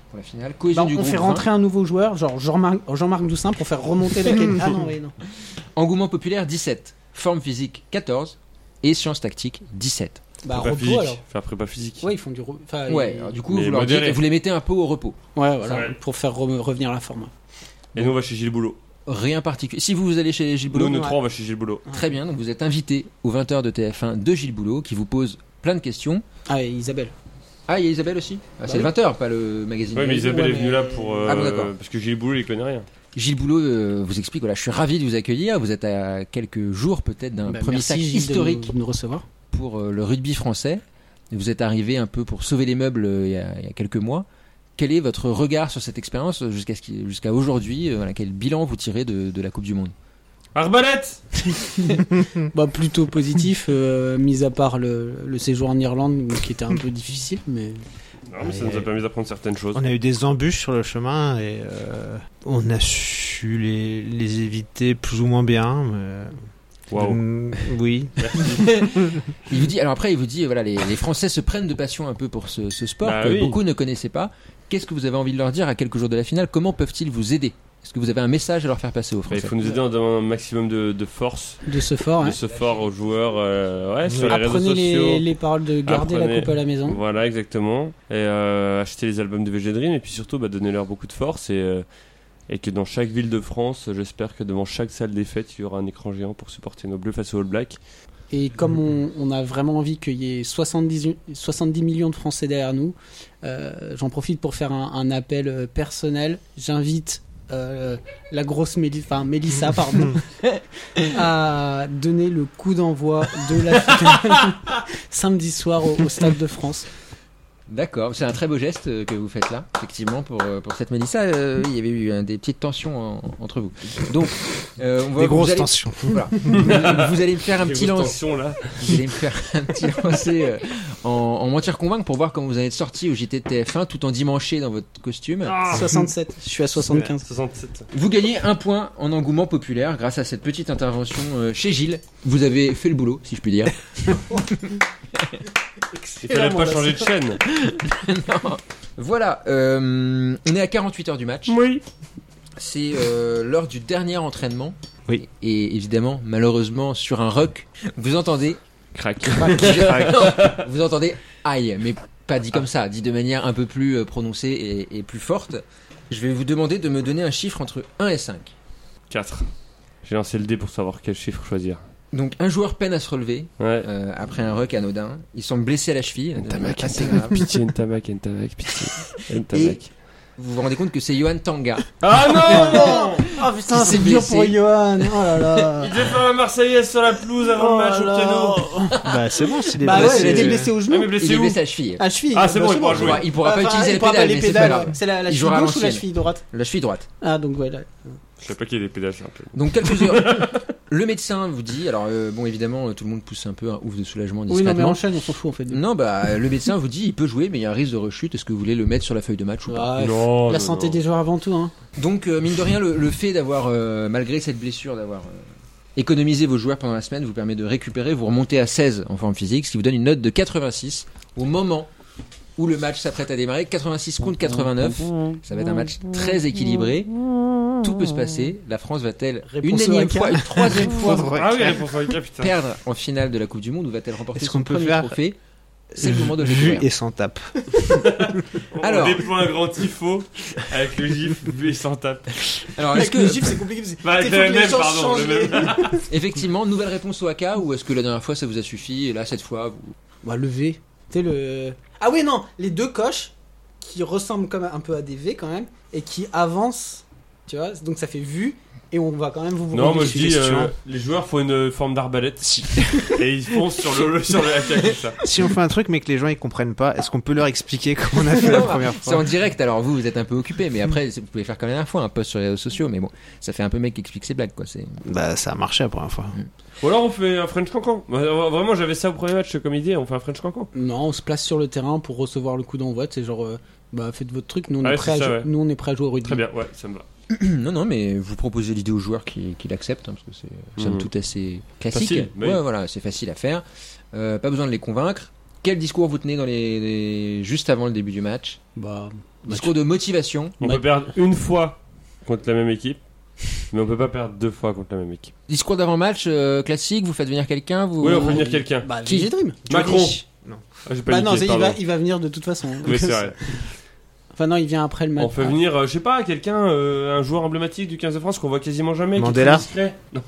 pour la finale. Cohésion Bah, du on groupe fait vingt. rentrer un nouveau joueur, genre Jean-Marc, Jean-Marc Doussin, pour faire remonter la qualité. Ah non, oui, non. Engouement populaire dix-sept. Forme physique quatorze. Et sciences tactiques dix-sept. Bah, Prépa repos physique. alors. Faire prépa physique. Ouais, ils font du. re- Enfin, Ouais, ils- alors, du coup, Mais vous, leur dites- modéré. vous les mettez un peu au repos. Ouais, voilà, Ouais. pour faire re- revenir la forme. Et nous, on va chez Gilles Boulot. Rien particulier. Si vous, vous allez chez Gilles Boulot, Nous, nous ouais. trois, on va chez Gilles Boulot. très bien. Donc vous êtes invité aux vingt heures de T F un de Gilles Boulot qui vous pose plein de questions. Ah, et Isabelle. Ah, il y a Isabelle aussi ah, C'est oui. le vingt heures, pas le magazine. Ouais, mais Isabelle Ouais, est venue mais- là pour. euh, Ah bon, d'accord. Parce que Gilles Boulot, il connaît rien. Gilles Boulot euh, vous explique, voilà, je suis ravi de vous accueillir. Vous êtes à quelques jours peut-être d'un Bah, premier merci, sac Gilles, historique de nous, de nous recevoir. pour euh, le rugby français. Vous êtes arrivé un peu pour sauver les meubles euh, il y a, il y a quelques mois. Quel est votre regard sur cette expérience euh, jusqu'à, ce qui- jusqu'à aujourd'hui euh, voilà, quel bilan vous tirez de, de la Coupe du Monde? Arbalète Bah, plutôt positif, euh, mis à part le, le séjour en Irlande qui était un peu difficile, mais. Non, mais ça nous a permis d'apprendre certaines choses. On a eu des embûches sur le chemin et euh, on a su les, les éviter plus ou moins bien. Mais... Waouh. Mm, oui. Il vous dit, alors après, il vous dit, voilà, les, les Français se prennent de passion un peu pour ce, ce sport Bah que oui. beaucoup ne connaissaient pas. Qu'est-ce que vous avez envie de leur dire à quelques jours de la finale? Comment peuvent-ils vous aider? Est-ce que vous avez un message à leur faire passer aux Bah, il Français? faut nous aider en donnant un maximum de, de force, De ce fort, de hein. ce fort aux joueurs. euh, ouais, sur les réseaux Apprenez sociaux. les, les paroles de garder la Apprenez. coupe à la maison. Voilà, exactement. Et euh, acheter les albums de V G Dream et puis surtout bah, donner-leur beaucoup de force et, euh, et que dans chaque ville de France, j'espère que devant chaque salle des fêtes, il y aura un écran géant pour supporter nos Bleus face aux All Blacks. Et comme on, on a vraiment envie qu'il y ait soixante-dix, soixante-dix millions de Français derrière nous, euh, j'en profite pour faire un, un appel euh, personnel. J'invite euh, la grosse Méli- enfin, Mélissa pardon, à donner le coup d'envoi de la finale samedi soir au, au Stade de France. D'accord, c'est un très beau geste euh, que vous faites là, effectivement, pour, euh, pour cette Mélissa. Euh, oui, il y avait eu euh, des petites tensions en- entre vous. Donc, euh, on va, Des vous grosses allez- tensions. Voilà. vous, vous allez me faire un Les petit grosses lance. tensions, là. Vous allez me faire un petit lancer euh, en, en mentir convaincre pour voir comment vous allez être sorti au J T de T F un tout en dimanché dans votre costume. Ah. soixante-sept, je suis à soixante-quinze. soixante-sept. Vous gagnez un point en engouement populaire grâce à cette petite intervention euh, chez Gilles. Vous avez fait le boulot, si je puis dire. Il fallait pas changer de chaîne. Non. Voilà, euh, on est à quarante-huit heures du match. Oui. C'est euh, l'heure du dernier entraînement. Oui. Et évidemment, malheureusement, sur un ruck, vous entendez, Crac. vous entendez aïe, mais pas dit comme ça, dit de manière un peu plus euh, prononcée et, et plus forte. Je vais vous demander de me donner un chiffre entre un et cinq. quatre. J'ai lancé le dé pour savoir quel chiffre choisir. Donc un joueur peine à se relever Ouais. euh, après un ruck anodin. Il semble blessé à la cheville. de manière Ntamak, assez Ntamak, grave. pitié, Ntamak, Ntamak, pitié. Ntamak. Vous vous rendez compte que c'est Johan Tanga. Ah non, non. Oh putain, Qui c'est s'est dur blessé. pour Johan. Oh là là. Il devait faire la Marseillaise sur la pelouse avant le match au piano. Bah c'est bon, s'il est Bah ouais, blessé. il était blessé au Ah, genou. mais Il blessé est où blessé à la cheville. À la cheville. Ah, c'est Bah, bon, il pourra Il jouer. pourra, il pourra pas Enfin, utiliser il les pourra pas pédales, mais c'est pas grave. ouais. C'est la, la Il cheville jouera à gauche ou la l'ancienne. cheville droite? La cheville droite. Ah, donc voilà. Je sais pas qu'il y a des pédales, je rappelle. Donc quelques heures. Le médecin vous dit, alors euh, bon évidemment euh, tout le monde pousse un peu un ouf de soulagement Oui, non, mais discrètement. enchaîne, on s'en fout en fait. Non bah le médecin vous dit il peut jouer mais il y a un risque de rechute. Est-ce que vous voulez le mettre sur la feuille de match ou pas? Ouais, Non, la non, santé non. des joueurs avant tout. Hein. Donc euh, mine de rien le, le fait d'avoir euh, malgré cette blessure d'avoir euh, économisé vos joueurs pendant la semaine vous permet de récupérer, vous remontez à seize en forme physique, ce qui vous donne une note de quatre-vingt-six au moment où le match s'apprête à démarrer. Quatre-vingt-six contre quatre-vingt-neuf. Ça va être un match très équilibré. Tout peut se passer. La France va-t-elle une Réponse au énième Haka. fois, une troisième fois Faudrait Ah oui, faire. la réponse avec putain. perdre en finale de la Coupe du Monde ou va-t-elle remporter Est-ce son qu'on peut premier faire trophée? C'est le moment de le Vu découvrir. et sans tape. Alors. On déploie un grand tifo avec le gif vu et sans tape. Alors, est-ce Avec le que, gif, c'est compliqué. parce que Bah, il faut le que les même, gens pardon, changent le les- même. effectivement, nouvelle réponse au Haka ou est-ce que la dernière fois ça vous a suffi et là, cette fois, vous... Bah, le V. Tu sais, le. Ah oui, non, les deux coches qui ressemblent comme un peu à des V quand même et qui avancent. Tu vois, donc ça fait vu et on va quand même vous Non, vous moi je dis, question. euh, les joueurs font une forme d'arbalète et ils foncent sur le, sur le haka comme ça. Si on fait un truc mais que les gens ils comprennent pas, est-ce qu'on peut leur expliquer comment on a fait la première C'est en fois? direct, alors vous, vous êtes un peu occupé, mais après, c'est- vous pouvez faire comme la dernière fois, un post sur les réseaux sociaux, mais bon, ça fait un peu mec qui explique ses blagues, quoi. C'est... Bah ça a marché la première fois. Ou alors on fait un French Cancan. Vraiment, j'avais ça au premier match comme idée, on fait un French Cancan. Non, on se place sur le terrain pour recevoir le coup d'envoi. C'est genre, euh, bah faites votre truc. Nous on, Ouais, est prêt à c'est ça, jouer- ouais. nous on est prêt à jouer au rugby. Très bien, ouais, ça me va. non, non, mais vous proposez l'idée aux joueurs qui, qui l'acceptent, hein, parce que c'est somme Mhm. toute assez classique. Facile, oui. Ouais, voilà, c'est facile à faire. Euh, pas besoin de les convaincre. quel discours vous tenez dans les, les- juste avant le début du match? Bah, Discours de motivation. On Bah- peut perdre une fois contre la même équipe, mais on peut pas perdre deux fois contre la même équipe. Discours d'avant-match euh, classique, vous faites venir quelqu'un vous... Oui, on fait venir quelqu'un. bah Qui G Dream. Macron. Non. Ah, j'ai pas Bah niqué, non, c'est- il pardon. va, il va venir de toute façon. Oui, c'est vrai. Enfin non, il vient après le match. On fait venir, euh, je sais pas, quelqu'un, euh, un joueur emblématique du quinze de France qu'on voit quasiment jamais. qui est Mandela. très discret. Non.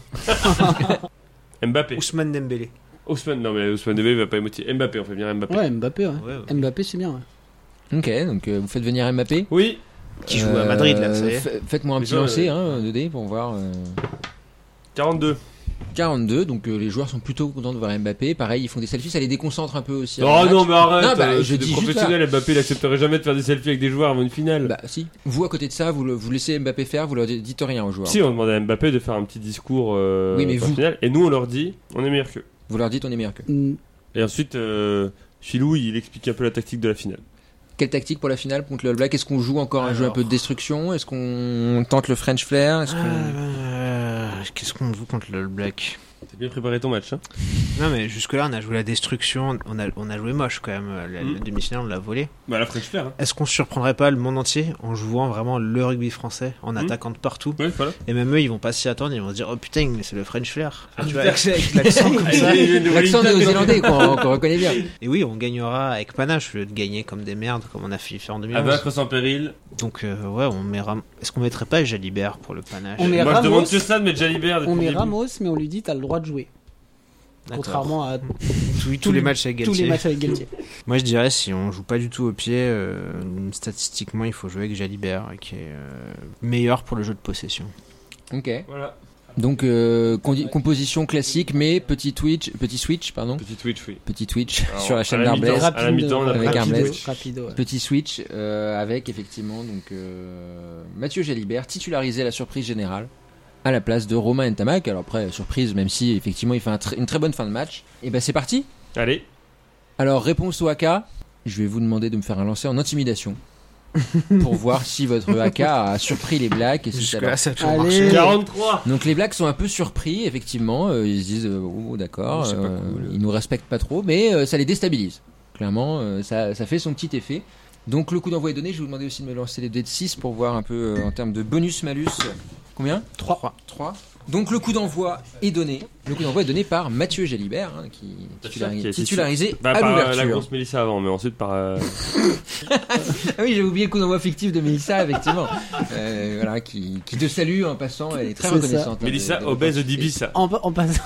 Mbappé. Ousmane Dembélé. Ousmane, non mais Ousmane Dembélé va pas émotiver. Mbappé, on fait venir Mbappé. Ouais, Mbappé, ouais. Ouais, ouais. Mbappé, c'est bien. Ouais. Ok, donc euh, vous faites venir Mbappé. Oui. Qui joue à Madrid, là, ça y est. fa- Faites-moi un Mais petit ça, lancer, euh, hein, deux dés pour voir. euh, quarante-deux. quarante-deux, donc euh, les joueurs sont plutôt contents de voir Mbappé. Pareil, ils font des selfies, ça les déconcentre un peu aussi. Oh avant le non, match. mais arrête. Non, bah, euh, je c'est dis des juste professionnels. Mbappé, il accepterait jamais de faire des selfies avec des joueurs avant une finale. Bah si. Vous à côté de ça, vous, le- vous laissez Mbappé faire, vous leur dites rien aux joueurs. Si, on demandait à Mbappé de faire un petit discours euh, Oui, mais pour la vous- finale, et nous on leur dit, on est meilleur qu'eux. Vous leur dites on est meilleur qu'eux. Mm. Et ensuite, euh, Philou, il explique un peu la tactique de la finale. Quelle tactique pour la finale contre le All Black? Est-ce qu'on joue encore un Alors. jeu un peu de destruction? Est-ce qu'on tente le French Flair? Est-ce qu'on... Euh, Qu'est-ce qu'on joue contre le All Black? T'as bien préparé ton match, hein? Non, mais jusque-là, on a joué la destruction. On a, on a joué moche quand même. La, Mm. la demi-finale, on l'a volé. Bah, la French Flair, hein. Est-ce qu'on surprendrait pas le monde entier en jouant vraiment le rugby français, en attaquant de partout? Ouais, voilà. Et même eux, ils vont pas s'y attendre. Ils vont se dire, oh putain, mais c'est le French Flair. Enfin, tu vois, putain. avec l'accent comme ça. L'accent néo-zélandais qu'on qu'on reconnaît bien. Et oui, on gagnera avec panache au lieu de gagner comme des merdes, comme on a fait en deux mille À onze. vaincre sans péril. Donc, euh, ouais, on met Ram- est-ce qu'on mettrait pas Jalibert pour le panache? On met Moi, je Ramos. demande que ça de mettre Jalibert. depuis On le met début. Ramos, mais on lui dit t'as le droit de jouer. D'accord. Contrairement à tous, tous tous les les- matchs avec tous Galtier. les matchs avec Galtier. Moi, je dirais, si on joue pas du tout au pied, euh, statistiquement, il faut jouer avec Jalibert, qui est euh, meilleur pour le jeu de possession. Ok. Voilà. Donc euh, condi- composition classique, mais petit twitch, petit switch, pardon, Petit Twitch, oui. petit twitch Alors, sur la chaîne à la d'Arblaise. mi-temps, à la mi-temps, on a Avec pas- Arblaise. Rapido, rapido, ouais. Petit switch euh, avec effectivement donc euh, Mathieu Jalibert titularisé à la surprise générale à la place de Romain Ntamak. Alors après surprise, même si effectivement il fait un tr- une très bonne fin de match. Et ben c'est parti. Allez. Alors réponse au A K, je vais vous demander de me faire un lancer en intimidation pour voir si votre A K a surpris les Blacks et si ça leur- Jusque-là, ça a toujours Allez. marché. quarante-trois. Donc les Blacks sont un peu surpris, effectivement. Euh, ils se disent, euh, oh d'accord, Oh, c'est pas euh, cool. ils nous respectent pas trop, mais euh, ça les déstabilise. Clairement, euh, ça, ça fait son petit effet. Donc le coup d'envoi est donné. Je vais vous demander aussi de me lancer les dés de six pour voir un peu euh, en termes de bonus-malus. Combien trois. trois. Donc le coup d'envoi est donné. Le coup d'envoi est donné par Mathieu Jalibert, hein, qui titulari- Qui est titularisé Bah, à par euh, la l'ouverture. grosse Mélissa avant, mais ensuite par. euh, Ah oui, j'ai oublié le coup d'envoi fictif de Mélissa, effectivement. Euh, voilà, qui, qui te salue en passant. Elle est très C'est reconnaissante. hein, Mélissa, de- de- obèse d'Ibis. En, en passant.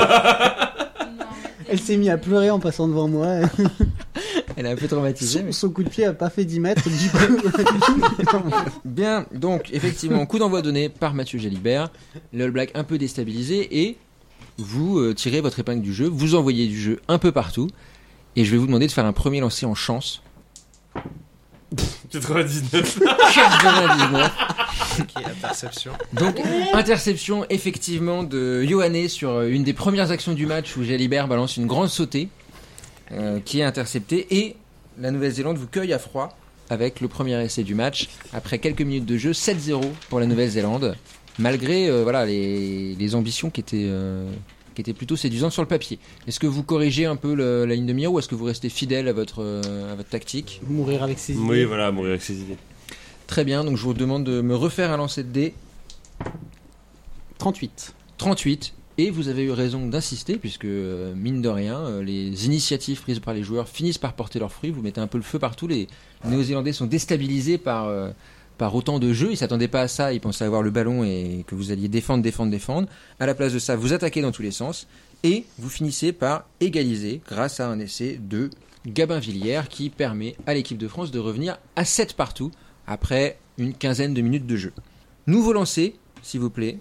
Elle s'est mise à pleurer en passant devant moi. Elle est un peu traumatisée. Son, mais- son coup de pied a pas fait dix mètres, du coup. Bien, donc effectivement, coup d'envoi donné par Mathieu Jalibert, le All Black un peu déstabilisé et vous euh, tirez votre épingle du jeu, vous envoyez du jeu un peu partout et je vais vous demander de faire un premier lancer en chance. quatre-vingt-dix-neuf. quatre-vingt-dix-neuf. Qui est la perception. Donc interception effectivement de Yohanné sur euh, une des premières actions du match où Jalibert balance une grande sautée euh, qui est interceptée et la Nouvelle-Zélande vous cueille à froid avec le premier essai du match après quelques minutes de jeu, sept zéro pour la Nouvelle-Zélande malgré euh, voilà les, les ambitions qui étaient euh, qui étaient plutôt séduisantes sur le papier. Est-ce que vous corrigez un peu le- la ligne de mire ou est-ce que vous restez fidèle à votre euh, à votre tactique? Mourir avec ses idées. Oui, voilà, mourir avec ses idées. Très bien, donc je vous demande de me refaire un lancer de dés. trente-huit. trente-huit. Et vous avez eu raison d'insister, puisque, euh, mine de rien, euh, les initiatives prises par les joueurs finissent par porter leurs fruits. Vous mettez un peu le feu partout. Les Néo-Zélandais sont déstabilisés par, euh, par autant de jeux. Ils ne s'attendaient pas à ça. Ils pensaient avoir le ballon et que vous alliez défendre, défendre, défendre. À la place de ça, vous attaquez dans tous les sens. Et vous finissez par égaliser grâce à un essai de Gabin Villière qui permet à l'équipe de France de revenir à sept partout après une quinzaine de minutes de jeu. Nouveau lancer, s'il vous plaît.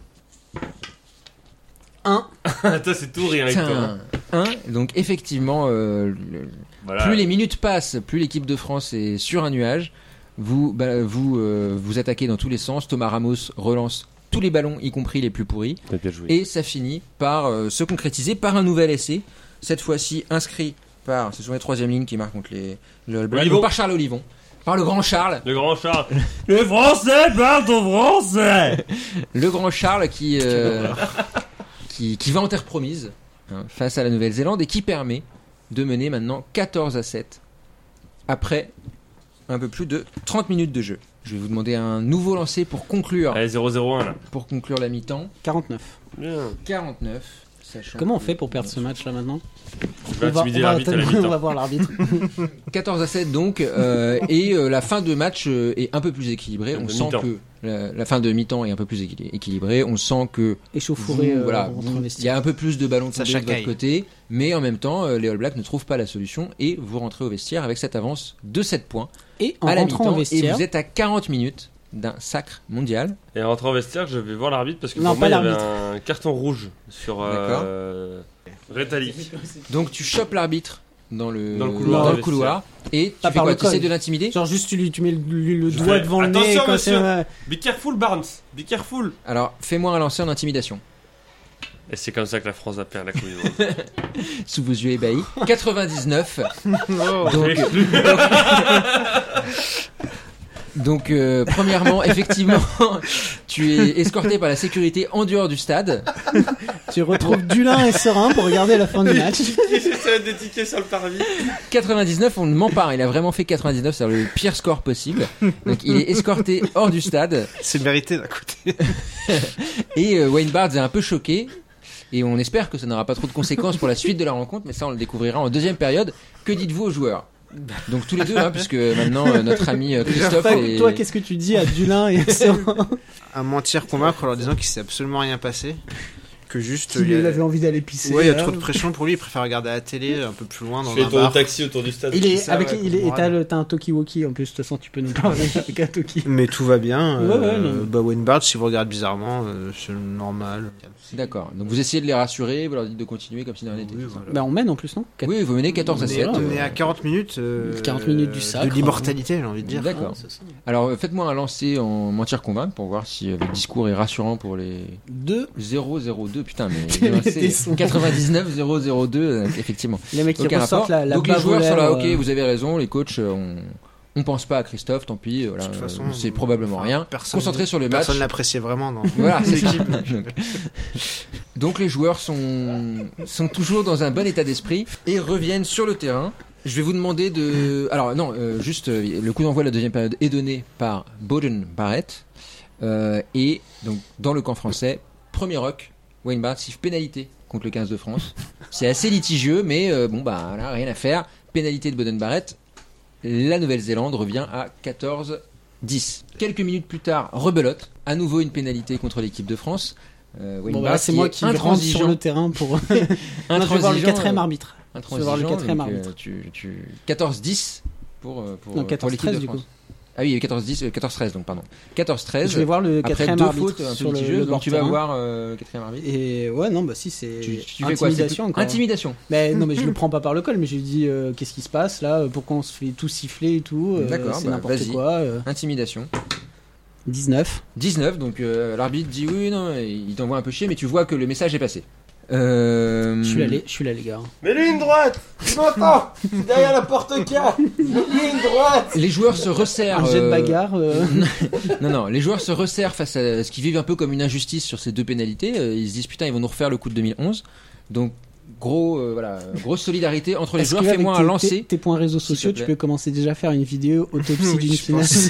un. Toi, c'est tout rien avec toi. un, un. Donc effectivement, euh, le- Voilà. plus les minutes passent, plus l'équipe de France est sur un nuage. Vous, bah, vous, euh, vous attaquez dans tous les sens. Thomas Ramos relance tous les ballons, y compris les plus pourris. T'as bien joué. Et ça finit par euh, se concrétiser par un nouvel essai. Cette fois-ci inscrit par, c'est sur les troisième lignes qui marque contre les, le All Black. Olivon. Donc par Charles Olivon. Par le grand Charles. Le grand Charles. Les Français parlent au français. Le grand Charles qui, euh, qui, qui va en terre promise hein, face à la Nouvelle-Zélande et qui permet de mener maintenant quatorze à sept après un peu plus de trente minutes de jeu. Je vais vous demander un nouveau lancer pour conclure, Allez, zéro zéro un là. pour conclure la mi-temps. quarante-neuf. Bien. quarante-neuf. Sachant Comment on que- fait pour perdre ce match là maintenant? Je vais on va, intimider on va l'arbitre à la attendre- on va mi-temps. voir l'arbitre. quatorze à sept donc, euh, et euh, la fin de match euh, est un peu plus équilibrée. On De sent mi-temps. que la, la fin de mi-temps est un peu plus équili- équilibrée. On sent que Échauffouré, vous, euh, voilà, rentre vous- au il vestiaire. y a un peu plus de ballons Ça tombés de votre chacaille. côté, mais en même temps, euh, les All Blacks ne trouvent pas la solution et vous rentrez au vestiaire avec cette avance de sept points Et en à la rentrant au mi-temps, et vestiaire, vous êtes à quarante minutes d'un sacre mondial. Et en rentrant au vestiaire, je vais voir l'arbitre parce que Non, pour moi, il y pas avait l'arbitre. un carton rouge sur euh, Rétalique. Donc tu chopes l'arbitre dans le, Dans le couloir dans du le couloir, et tu Pas fais par quoi? le Tu essaies col. de l'intimider? genre juste tu lui tu mets le, lui le Je doigt fais, devant le nez. attention, et quand c'est, monsieur. euh, Be careful, Barnes. Be careful. Alors fais-moi un lancer en intimidation. Et c'est comme ça que la France a perdu la Coupe du Monde. Sous vos yeux ébahis. quatre-vingt-dix-neuf. Oh. Donc, donc euh, premièrement, effectivement, tu es escorté par la sécurité en dehors du stade. tu retrouves Dulin et Serein pour regarder la fin du match. J'essaie des tickets sur le parvis. quatre-vingt-dix-neuf, on ne ment pas, il a vraiment fait quatre-vingt-dix-neuf, c'est le pire score possible. Donc il est escorté hors du stade, C'est mérité d'un côté. et euh, Wayne Barnes est un peu choqué. Et on espère que ça n'aura pas trop de conséquences pour la suite de la rencontre, mais ça on le découvrira en deuxième période. Que dites-vous aux joueurs? Donc tous les deux, hein, puisque maintenant euh, notre ami euh, Christophe Toi, est... toi, qu'est-ce que tu dis à Dulin et à Serein? À mentir, convaincre en leur disant qu'il s'est absolument rien passé. Que juste. Qu'il il y a- avait envie d'aller pisser. Ouais, il y a là. trop de pression pour lui, il préfère regarder la télé un peu plus loin dans Je fais un le tour de bar. taxi autour du stade. Il est ça, avec ouais, il est, et moral. t'as, le, t'as un talkie-walkie en plus, de toute façon tu peux nous parler avec un talkie. Mais tout va bien. Ouais, ouais, euh, non. bah Wayne Barnes, si vous regardez bizarrement, euh, c'est normal. D'accord, donc vous essayez de les rassurer, vous leur dites de continuer comme si de rien n'était. Oui, voilà. Bah on mène en plus non? Oui, vous menez quatorze à On sept. est, on euh, est à quarante minutes. euh, quarante minutes du sacre. De l'immortalité, j'ai envie de dire. D'accord. Ah, c'est ça. Alors euh, faites-moi un lancer en mentir-convaincre pour voir si euh, votre discours est rassurant pour les Deux. zéro zéro deux. Putain, mais Des sons. c'est quatre-vingt-dix-neuf zéro zéro deux, euh, effectivement. Les mecs qui Aucun ressortent rapport. la, la Donc les bave aux joueurs sont là, lèvres, ok, euh, vous avez raison, les coachs, euh, on, on pense pas à Christophe, tant pis, voilà, De toute façon, euh, c'est probablement enfin, rien. personne- Concentré sur le match. Personne l'appréciait vraiment dans Voilà, c'est ça. l'équipe. Donc, donc les joueurs sont, sont toujours dans un bon état d'esprit et reviennent sur le terrain. Je vais vous demander de... Alors non, euh, juste, euh, le coup d'envoi de la deuxième période est donné par Beauden Barrett. Euh, et donc dans le camp français, premier rock, Wayne Barrett siffle pénalité contre le quinze de France. C'est assez litigieux, mais euh, bon bah voilà, rien à faire. Pénalité de Beauden Barrett. La Nouvelle-Zélande revient à quatorze dix. Quelques minutes plus tard, rebelote. À nouveau une pénalité contre l'équipe de France. Euh, Wayne Bon, bah, là, Barrett c'est moi est qui rentre intransigeant. sur le terrain pour. Non, je vais voir le Intransigeant, quatrième euh, arbitre. intransigeant, Je vais voir le quatrième donc, euh, arbitre. tu, tu... quatorze dix pour, euh, pour, Non, euh, pour quatorze l'équipe de treize, du France. coup. Ah oui, il y a eu quatorze dix, euh, quatorze treize, donc pardon. quatorze treize. Je vais voir le Après quatrième deux arbitre fautes un peu sur le, litigieuses, le donc bord tu vas terrain. voir euh, quatrième arbitre. Et ouais, non, bah si, c'est Tu, tu fais quoi? C'est intimidation plus- encore. Intimidation. Mais non, mais je le prends pas par le col, mais je lui dis euh, qu'est-ce qui se passe là, pourquoi on se fait tout siffler et tout, euh, D'accord, c'est bah, n'importe vas-y. quoi. euh. Intimidation. dix-neuf. dix-neuf, donc euh, l'arbitre dit oui, non, il t'envoie un peu chier, mais tu vois que le message est passé. Euh... Je suis là, les, je suis là, les gars. Mais ligne droite. Tu m'entends? Derrière la porte-cas. Ligne droite. Les joueurs se resserrent. Un jet de euh, bagarre. euh. Non, non, les joueurs se resserrent face à ce qu'ils vivent un peu comme une injustice sur ces deux pénalités. Euh, Ils se disent putain, ils vont nous refaire le coup de deux mille onze. Donc, gros, euh, voilà, grosse solidarité entre les Est-ce joueurs. que, avec Fais-moi un tes- lancer. Tes, tes points réseaux s'il te sociaux, tu plaît. peux commencer déjà à faire une vidéo autopsie Oui, d'une je finesse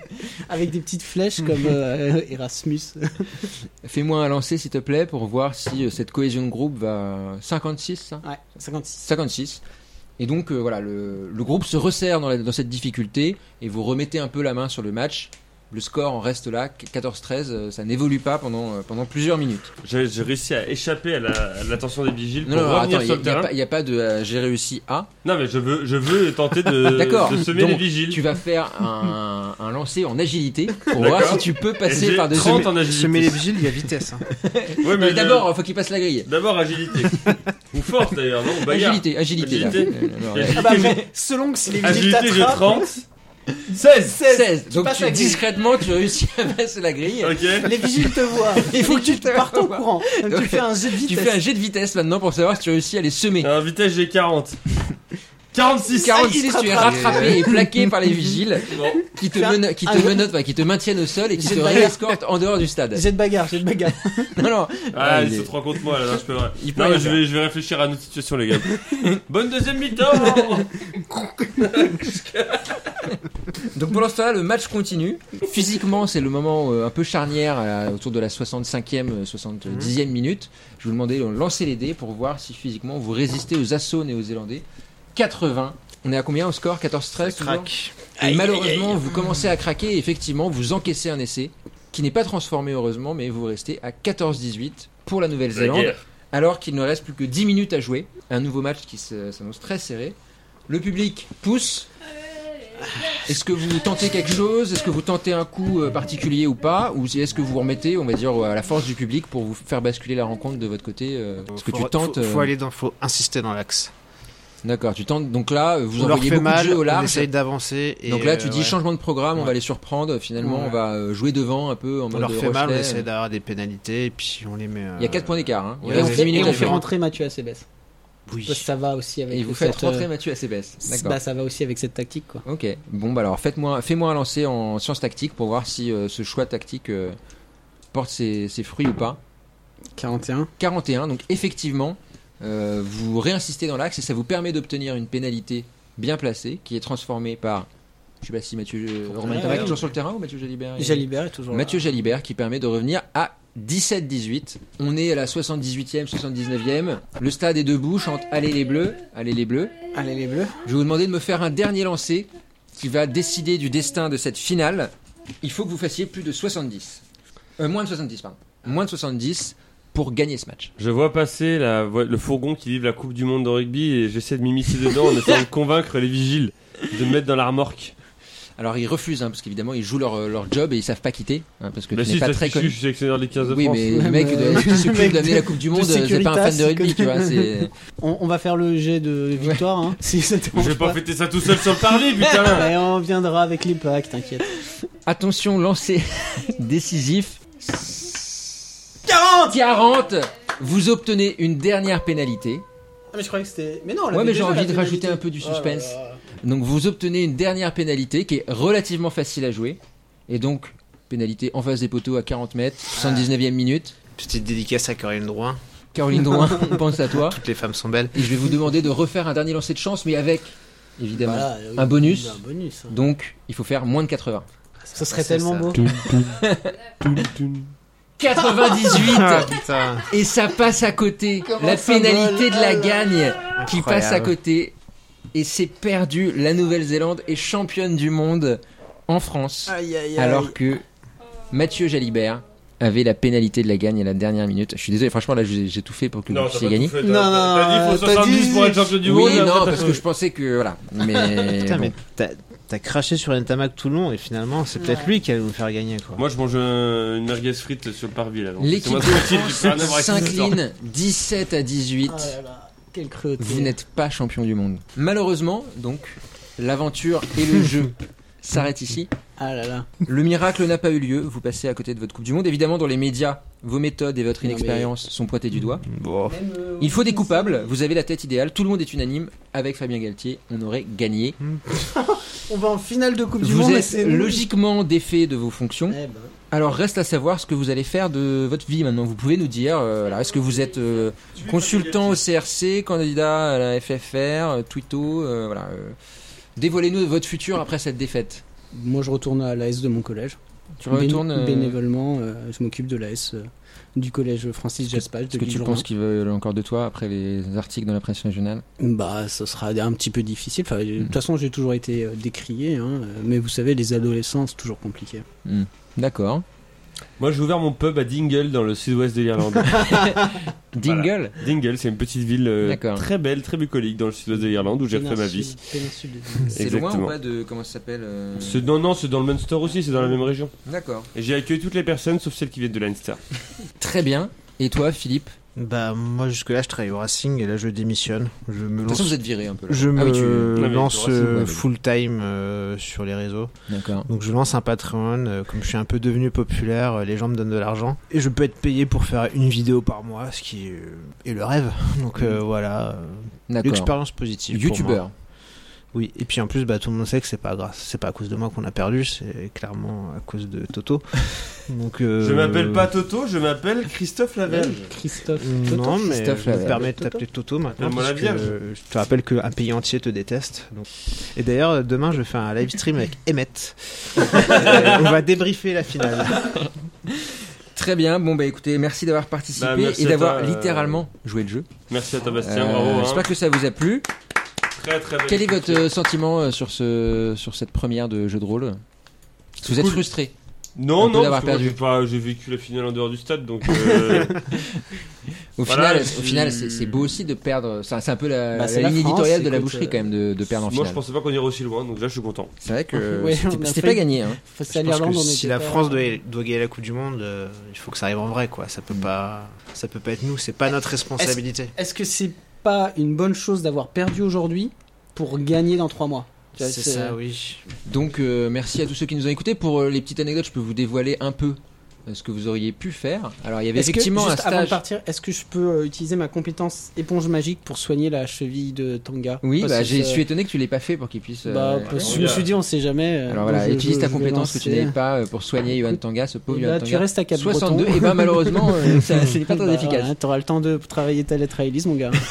avec des petites flèches comme euh, Erasmus. Fais-moi un lancer, s'il te plaît, pour voir si euh, cette cohésion de groupe va cinquante-six. Ça Ouais, cinquante-six. cinquante-six. Et donc, euh, voilà, le, le groupe se resserre dans, la- dans cette difficulté et vous remettez un peu la main sur le match. Le score en reste là, quatorze treize, euh, ça n'évolue pas pendant, euh, pendant plusieurs minutes. J'ai j'ai réussi à échapper à la- à l'attention des vigiles pour Non, non, revenir attends, il sur le n'y a, terrain. pas- y a pas de euh, j'ai réussi à. Non, mais je veux, je veux tenter de, D'accord. de semer Donc, les vigiles. Tu vas faire un, un lancer en agilité pour D'accord. voir si tu peux Et passer j'ai par-dessus. trente en agilité. Semer les vigiles, il y a vitesse. Hein. Ouais, Mais le- d'abord, il faut qu'il passe la grille. D'abord agilité. Ou force d'ailleurs, non? Ou bagarre. Agilité, agilité. là. Agilité. Euh, alors, Agilité. Ah bah après, selon que si les vigiles Agilité, j'ai t'attrapent, trente. seize, seize. Tu Donc passes tu, la grille. discrètement, tu réussis à passer la grille. Ok. Les vigiles te voient. Il faut que tu te partes en voient. courant. Donc, tu fais un jet de Tu vitesse. fais un jet de vitesse maintenant pour savoir si tu réussis à les semer. Alors, vitesse, j'ai quarante. quarante-six quarante-six, tu es rattrapé et plaqué par les vigiles Bon. qui te, Faire meno- qui te un- menottent, enfin, qui te maintiennent au sol et qui J'ai te de bagarre. réescortent en dehors du stade. J'ai de bagarre, j'ai de bagarre. Non, non. Ah, il il est- se te rend contre moi là, non, je peux pas. Il peut Non, rien mais je faire. vais, je vais réfléchir à notre situation, les gars. Bonne deuxième mi-temps. Donc pendant ce temps-là, le match continue. Physiquement, c'est le moment euh, un peu charnière, euh, autour de la soixante-cinquième, soixante-dixième minute. Je vous demandais de lancer les dés pour voir si physiquement vous résistez aux assauts néo-zélandais. quatre-vingts. On est à combien au score? quatorze treize toujours. Crac. Et malheureusement, vous commencez à craquer et effectivement, vous encaissez un essai qui n'est pas transformé heureusement, mais vous restez à quatorze dix-huit pour la Nouvelle-Zélande, alors qu'il ne reste plus que dix minutes à jouer. Un nouveau match qui se- s'annonce très serré. Le public pousse. Est-ce que vous tentez quelque chose? Est-ce que vous tentez un coup euh, particulier ou pas? Ou est-ce que vous remettez, on va dire, à la force du public pour vous faire basculer la rencontre de votre côté euh, Est-ce que Faut- tu tentes Faut, faut euh, aller dans, faut insister dans l'axe. D'accord, tu tentes. Donc là, vous On leur envoyez fait beaucoup mal, de jeux au on large. essaye d'avancer. et, Donc là, tu euh, dis ouais. changement de programme, on Ouais. va les surprendre. Finalement, Ouais. on va euh, jouer devant un peu en On mode leur fait mal, on Rochelet. essaie d'avoir des pénalités et puis on les met. euh, Il y a quatre points d'écart. Hein. Il ouais, Et on reste ouais, dix fait, minutes et à on fait jouer. rentrer Mathieu Acebes. Oui. Parce que ça va aussi avec Et vous cette, faites rentrer euh, Mathieu Acebes. D'accord. Bah, ça va aussi avec cette tactique, quoi. Ok. Bon, bah alors, faites-moi, fais-moi un lancer en sciences tactiques pour voir si euh, ce choix tactique euh, porte ses, ses fruits ou pas. quarante et un. quarante et un. Donc effectivement, euh, vous réinsistez dans l'axe et ça vous permet d'obtenir une pénalité bien placée qui est transformée par. Je sais pas si Mathieu euh, Romain Ouais, Tamac est ouais. toujours sur le terrain ou Mathieu Jalibert est- Jalibert est toujours là. Mathieu Jalibert qui permet de revenir à dix-sept dix-huit. On est à la soixante-dix-huitième, soixante-dix-neuvième. Le stade est debout, chante Allez les Bleus, allez les Bleus. Allez, les Bleus. Je vais vous demander de me faire un dernier lancer qui va décider du destin de cette finale. Il faut que vous fassiez plus de soixante-dix. Euh, moins de soixante-dix, pardon. Moins de soixante-dix pour gagner ce match. Je vois passer la, vo- le fourgon qui livre la Coupe du Monde de rugby et j'essaie de m'immiscer dedans en essayant de convaincre les vigiles de me mettre dans la remorque. Alors ils refusent, hein, parce qu'évidemment ils jouent leur, leur job et ils savent pas quitter, hein, parce que Bah tu si, n'es pas ça très se suit, connu. je suis sélectionneur des quinze de Oui, France. mais le Ouais, mec mais, de- euh, qui s'occupe mec d'amener de- la Coupe du de Monde, c'est pas un fan de Securitas, rugby, tu vois. il C'est... On, on va faire le jet de victoire, hein. Si ça te Je dérange vais pas fêter ça tout seul sur le parler, putain. Ouais, on viendra avec les packs, t'inquiète. Attention, lancer décisif. quarante quarante. Vous obtenez une dernière pénalité. Ah, mais je croyais que c'était. Mais non, Ouais, mais j'ai envie de rajouter un peu du suspense. Donc vous obtenez une dernière pénalité qui est relativement facile à jouer. Et donc, pénalité en face des poteaux à quarante mètres, soixante-dix-neuvième minute. Petite dédicace à Corinne Drouin. Caroline Drouin, on pense à toi. Toutes les femmes sont belles. Et je vais vous demander de refaire un dernier lancer de chance, mais avec, évidemment, Voilà, un bonus. Un bonus. hein. Donc, il faut faire moins de quatre-vingts. Ça serait c'est tellement ça. beau. quatre-vingt-dix-huit. Ah, putain. Et ça passe à côté. Comment La ça pénalité vole. de la gagne qui Incroyable. passe à côté. Et c'est perdu. La Nouvelle-Zélande est championne du monde en France. Aïe, aïe, aïe. Alors que Mathieu Jalibert avait la pénalité de la gagne à la dernière minute. Je suis désolé, franchement, là, j'ai j'ai tout fait pour que Non, vous t'as puissiez pas gagner. tout fait, Non, t'as- non, T'as dit il faut t'as soixante-dix dit- pour être champion du monde. Oui, et non, après, parce t'as que fait- je pensais que voilà. Mais Putain, bon. mais t'as, t'as craché sur Ntamak tout le long et finalement c'est peut-être Ouais. lui qui allait nous faire gagner quoi. Moi, je mange euh, une merguez frite sur le parvis là. donc L'équipe c'est moi de tranquille, j'ai rien à voir France avec cette histoire. s'incline dix-sept à dix-huit. Ah là là, quelle cruauté. Vous n'êtes pas champion du monde. Malheureusement, donc, l'aventure et le jeu s'arrêtent ici. Ah là là. Le miracle n'a pas eu lieu. Vous passez à côté de votre Coupe du Monde. Évidemment, dans les médias, vos méthodes et votre Non, mais- inexpérience sont pointées du doigt. Bon. Même, euh, Il faut des coupables. Vous avez la tête idéale. Tout le monde est unanime. Avec Fabien Galtier, on aurait gagné. On va en finale de Coupe du Monde. Vous et êtes c'est nous. logiquement défait de vos fonctions. Eh ben. Alors reste à savoir ce que vous allez faire de votre vie maintenant. Vous pouvez nous dire, euh, voilà, est-ce que vous êtes euh, consultant au C R C, candidat à la F F R, euh, Twitto, euh, voilà. euh, Dévoilez-nous votre futur après cette défaite. Moi, je retourne à l'A S de mon collège. Tu retournes. Béné- euh, Bénévolement, euh, je m'occupe de l'A S euh, du collège Francis Jaspage de Est-ce que tu Guillermin. penses qu'ils veulent encore de toi après les articles dans la presse régionale? Bah, ça sera un petit peu difficile. Enfin, de Mhm. toute façon, j'ai toujours été euh, décrié, hein, euh, mais vous savez, les adolescents, c'est toujours compliqué. Hmm. D'accord. Moi, j'ai ouvert mon pub à Dingle dans le sud-ouest de l'Irlande. Dingle. Dingle, c'est une petite ville euh, D'accord. très belle, très bucolique dans le sud-ouest de l'Irlande où j'ai fait ma vie. Péninsule de- C'est loin Exactement. ou pas de comment ça s'appelle euh, C'est- Non, non, c'est dans le Munster aussi, c'est dans la même région. D'accord. Et j'ai accueilli toutes les personnes sauf celles qui viennent de Leinster. Très bien. Et toi, Philippe? Bah moi jusque là je travaille au Racing et là je démissionne. Je me De toute lance. façon, vous êtes viré un peu là. Je me Ah oui, tu- mais lance le Racing, euh, ouais, full time euh, sur les réseaux. D'accord. Donc je lance un Patreon, euh, comme je suis un peu devenu populaire, euh, les gens me donnent de l'argent et je peux être payé pour faire une vidéo par mois, ce qui est, est le rêve. Donc euh, voilà, euh, D'accord. l'expérience positive. pour Youtubeur. moi. Oui, et puis en plus, bah, tout le monde sait que c'est pas grâce, c'est pas à cause de moi qu'on a perdu, c'est clairement à cause de Toto. Donc, euh... Je m'appelle pas Toto, je m'appelle Christophe Laverge. Christophe. Non, mais Christophe je me Laverge. permets de t'appeler Toto maintenant. Appelle-moi la parce que, Vierge. euh, je te rappelle qu'un pays entier te déteste. Donc. Et d'ailleurs, demain, je fais un live stream avec Emmett. Euh, on va débriefer la finale. Très bien, bon bah écoutez, merci d'avoir participé Bah, merci et à d'avoir toi, euh, littéralement joué le jeu. Merci à toi Bastien, Euh, bravo. Hein. J'espère que ça vous a plu. Très très belle Quel est équipe. votre euh, sentiment euh, sur, ce, sur cette première de jeu de rôle? Vous êtes cool. frustré? Non, un peu non, d'avoir parce que moi, perdu. j'ai pas, j'ai vécu la finale en dehors du stade, donc. Euh... Au Voilà, final, je au final suis- c'est c'est beau aussi de perdre. C'est c'est un peu la, Bah, la c'est la ligne France, éditoriale de la écoute, boucherie euh, quand même de, de perdre en Moi, finale. je pensais pas qu'on irait aussi loin, donc là, je suis content. C'est vrai que Ouais, c'était- on a c'était failli- pas gagné. Hein. Face Je à pense l'Irlande, que on si était la pas- France doit, doit gagner la Coupe du Monde, euh, il faut que ça arrive en vrai, quoi. Ça peut pas, ça peut pas être nous. C'est pas notre responsabilité. Est-ce que c'est pas une bonne chose d'avoir perdu aujourd'hui pour gagner dans trois mois? Tu vois, C'est ça, oui. Donc euh, merci à tous ceux qui nous ont écoutés. Pour euh, les petites anecdotes, je peux vous dévoiler un peu euh, ce que vous auriez pu faire. Alors il y avait Est-ce que, effectivement un juste avant de stage. partir, est-ce que je peux euh, utiliser ma compétence éponge magique pour soigner la cheville de Tanga? Oui, Parce bah, que j'ai- je ça- suis étonné que tu l'aies pas fait pour qu'il puisse. euh, Bah, ouais. parce que je on me verra. suis dit, on sait jamais. euh, Alors voilà, je- utilise je- ta je vais compétence que tu lancer. n'avais pas euh, pour soigner Johan Écoute, Tanga, ce pauvre Et Johan là, Tanga. tu restes à Cap soixante-deux, Breton. et ben malheureusement, euh, ça c'est pas très Bah, efficace. voilà, t'auras le temps de travailler ta lettre à Élise, mon gars.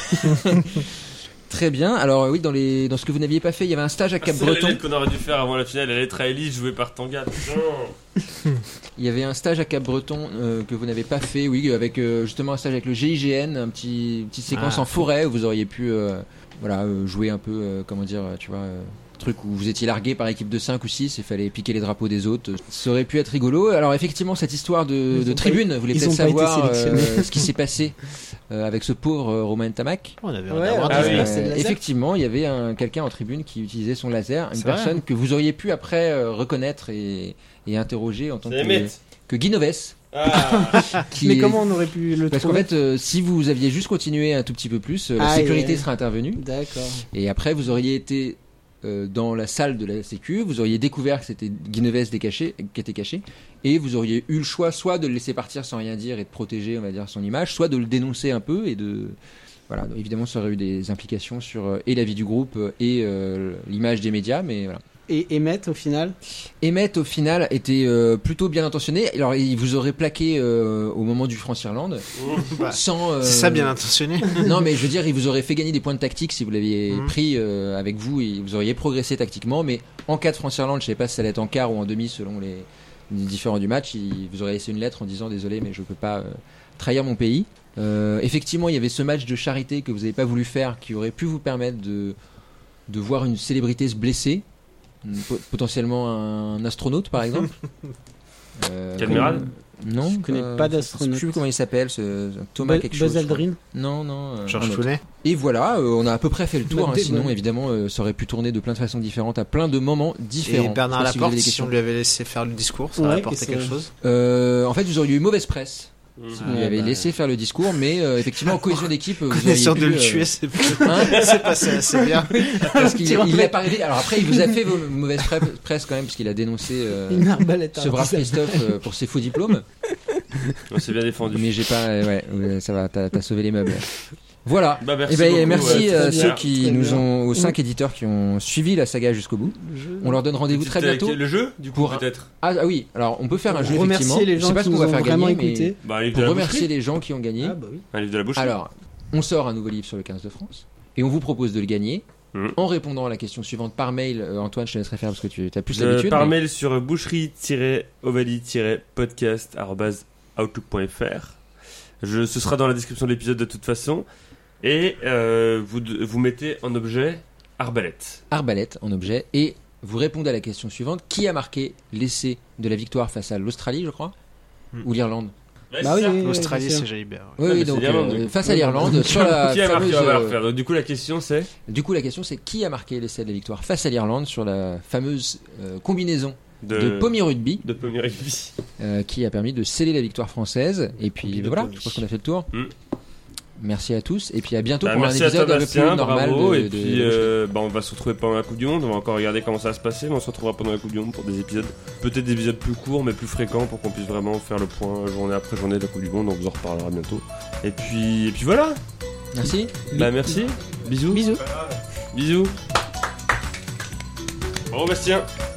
Très bien. Alors euh, oui, dans les dans ce que vous n'aviez pas fait, il y avait un stage à Cap C'est la Breton. lettre qu'on aurait dû faire avant la finale, la lettre à Elise jouée par Tanga. Putain. Il y avait un stage à Cap Breton euh, que vous n'avez pas fait, oui, avec euh, justement un stage avec le G I G N, un petit une petite séquence Ah. en forêt où vous auriez pu euh, voilà euh, jouer un peu euh, comment dire, euh, tu vois. Euh, truc où vous étiez largué par équipe de cinq ou six et fallait piquer les drapeaux des autres. Ça aurait pu être rigolo. Alors effectivement, cette histoire de, Ils de ont tribune, pas- vous voulez ils peut-être ont pas été savoir euh, sélectionnés. ce qui s'est passé euh, avec ce pauvre euh, Romain Tamac. On avait Ouais, d'avoir ah dit- oui. Ah, c'est le laser. Effectivement, il y avait un, quelqu'un en tribune qui utilisait son laser, une C'est personne vrai. que vous auriez pu après euh, reconnaître et, et interroger en tant C'est que, Emmett. que Guy Noves. Ah. Qui Mais est- comment on aurait pu le Parce qu'en trouver? fait, euh, si vous aviez juste continué un tout petit peu plus, euh, la Ah, sécurité et- serait intervenue. D'accord. Et après, vous auriez été euh, dans la salle de la sécu, vous auriez découvert que c'était Guy Noves décaché, qui était caché, et vous auriez eu le choix soit de le laisser partir sans rien dire et de protéger, on va dire, son image, soit de le dénoncer un peu et de... Voilà, donc, évidemment, ça aurait eu des implications sur euh, et la vie du groupe euh, et euh, l'image des médias, mais voilà. Et Emmett, au final? Emmett, au final, était euh, plutôt bien intentionné. Alors, il vous aurait plaqué euh, au moment du France-Irlande, Bah, sans... euh, C'est ça bien intentionné. Non, mais je veux dire, il vous aurait fait gagner des points de tactique si vous l'aviez Mhm. pris euh, avec vous et vous auriez progressé tactiquement. Mais en cas de France-Irlande, je sais pas si ça allait être en quart ou en demi selon les, les différents du match, il vous aurait laissé une lettre en disant désolé, mais je peux pas euh, trahir mon pays. Euh, effectivement, il y avait ce match de charité que vous n'avez pas voulu faire qui aurait pu vous permettre de, de voir une célébrité se blesser. Po- potentiellement un astronaute par exemple. Euh, Cadmeral comme- Non, Je connais euh, pas je sais d'astronaute. plus comment il s'appelle, ce, Thomas Bu- quelque chose. Buzz je crois. Aldrin? Non, non. euh, un Georges autre. Clooney. Et voilà, euh, on a à peu près fait le tour. Bah, hein, dé- sinon, ouais. évidemment, euh, ça aurait pu tourner de plein de façons différentes, à plein de moments Et différents. Bernard Je sais pas si vous avez Laporte, des si questions. on lui avait laissé faire le discours, ça Ouais, aurait apporté qu'est-ce quelque que- chose. Euh, en fait, vous auriez eu mauvaise presse. Si vous Ouais, lui avez bah, laissé faire le discours, mais euh, effectivement, en cohésion d'équipe, vous auriez Connaissant pu, de le euh, tuer, c'est hein, c'est passé assez bien. parce qu'il Tu il rappelles- l'a pas révélé. Alors après, il vous a fait vos mauvaises pre- presse quand même, parce qu'il a dénoncé euh, Une arbalète. ce brave Christophe euh, pour ses faux diplômes. On s'est bien défendu. Mais j'ai pas. euh, ouais, ouais, ça va, t'as t'as sauvé les meubles. Voilà. Bah, merci Eh ben, beaucoup, merci ouais, à très ceux bien. qui très nous bien. ont, aux cinq éditeurs qui ont suivi la saga jusqu'au bout. On leur donne rendez-vous très C'était bientôt. Le jeu, du coup, Pour un- peut-être. Ah, ah oui, alors on peut faire un jeu effectivement. Remercier les Je sais gens pas qui ce qu'on nous va ont faire vraiment gagner, mais écoutés. Bah, un livre de pour la remercier boucherie. les gens qui ont gagné. Ah bah oui. Un livre de la boucherie. Alors, on sort un nouveau livre sur le quinze de France et on vous propose de le gagner Mhm. en répondant à la question suivante par mail. Euh, Antoine, je te laisserai faire parce que tu as plus Je- l'habitude. par mais- mail sur boucherie-ovalie-podcast arobase outlook point fr. Je, ce sera dans la description de l'épisode de toute façon. Et euh, vous, vous mettez en objet arbalète. Arbalète en objet et vous répondez à la question suivante qui a marqué l'essai de la victoire face à l'Australie, je crois, Hmm. ou l'Irlande. Bah oui, oui, L'Australie, bien sûr. c'est Jalibert. Oui, Ah, oui, mais donc c'est l'Irlande, euh, du coup. face à l'Irlande sur la Qui a marqué fameuse, On va la euh, refaire. Donc, du coup, la question c'est Du coup, la question c'est qui a marqué l'essai de la victoire face à l'Irlande sur la fameuse euh, combinaison de, de Pommier Rugby de Pommier Rugby. euh, qui a permis de sceller la victoire française. Et puis Combi de voilà, Pommier. je pense qu'on a fait le tour. Mm. Merci à tous et puis à bientôt Bah, pour un merci à épisode toi, un peu plus Bastien, normal. bravo. de- et de- puis, de- euh, bah, on va se retrouver pendant la Coupe du Monde. On va encore regarder comment ça va se passer. Mais on se retrouvera pendant la Coupe du Monde pour des épisodes, peut-être des épisodes plus courts, mais plus fréquents pour qu'on puisse vraiment faire le point journée après journée de la Coupe du Monde. On vous en reparlera bientôt. Et puis, et puis voilà. Merci. Bah, merci. Bisous. Bisous. Bisous. Au revoir Bastien.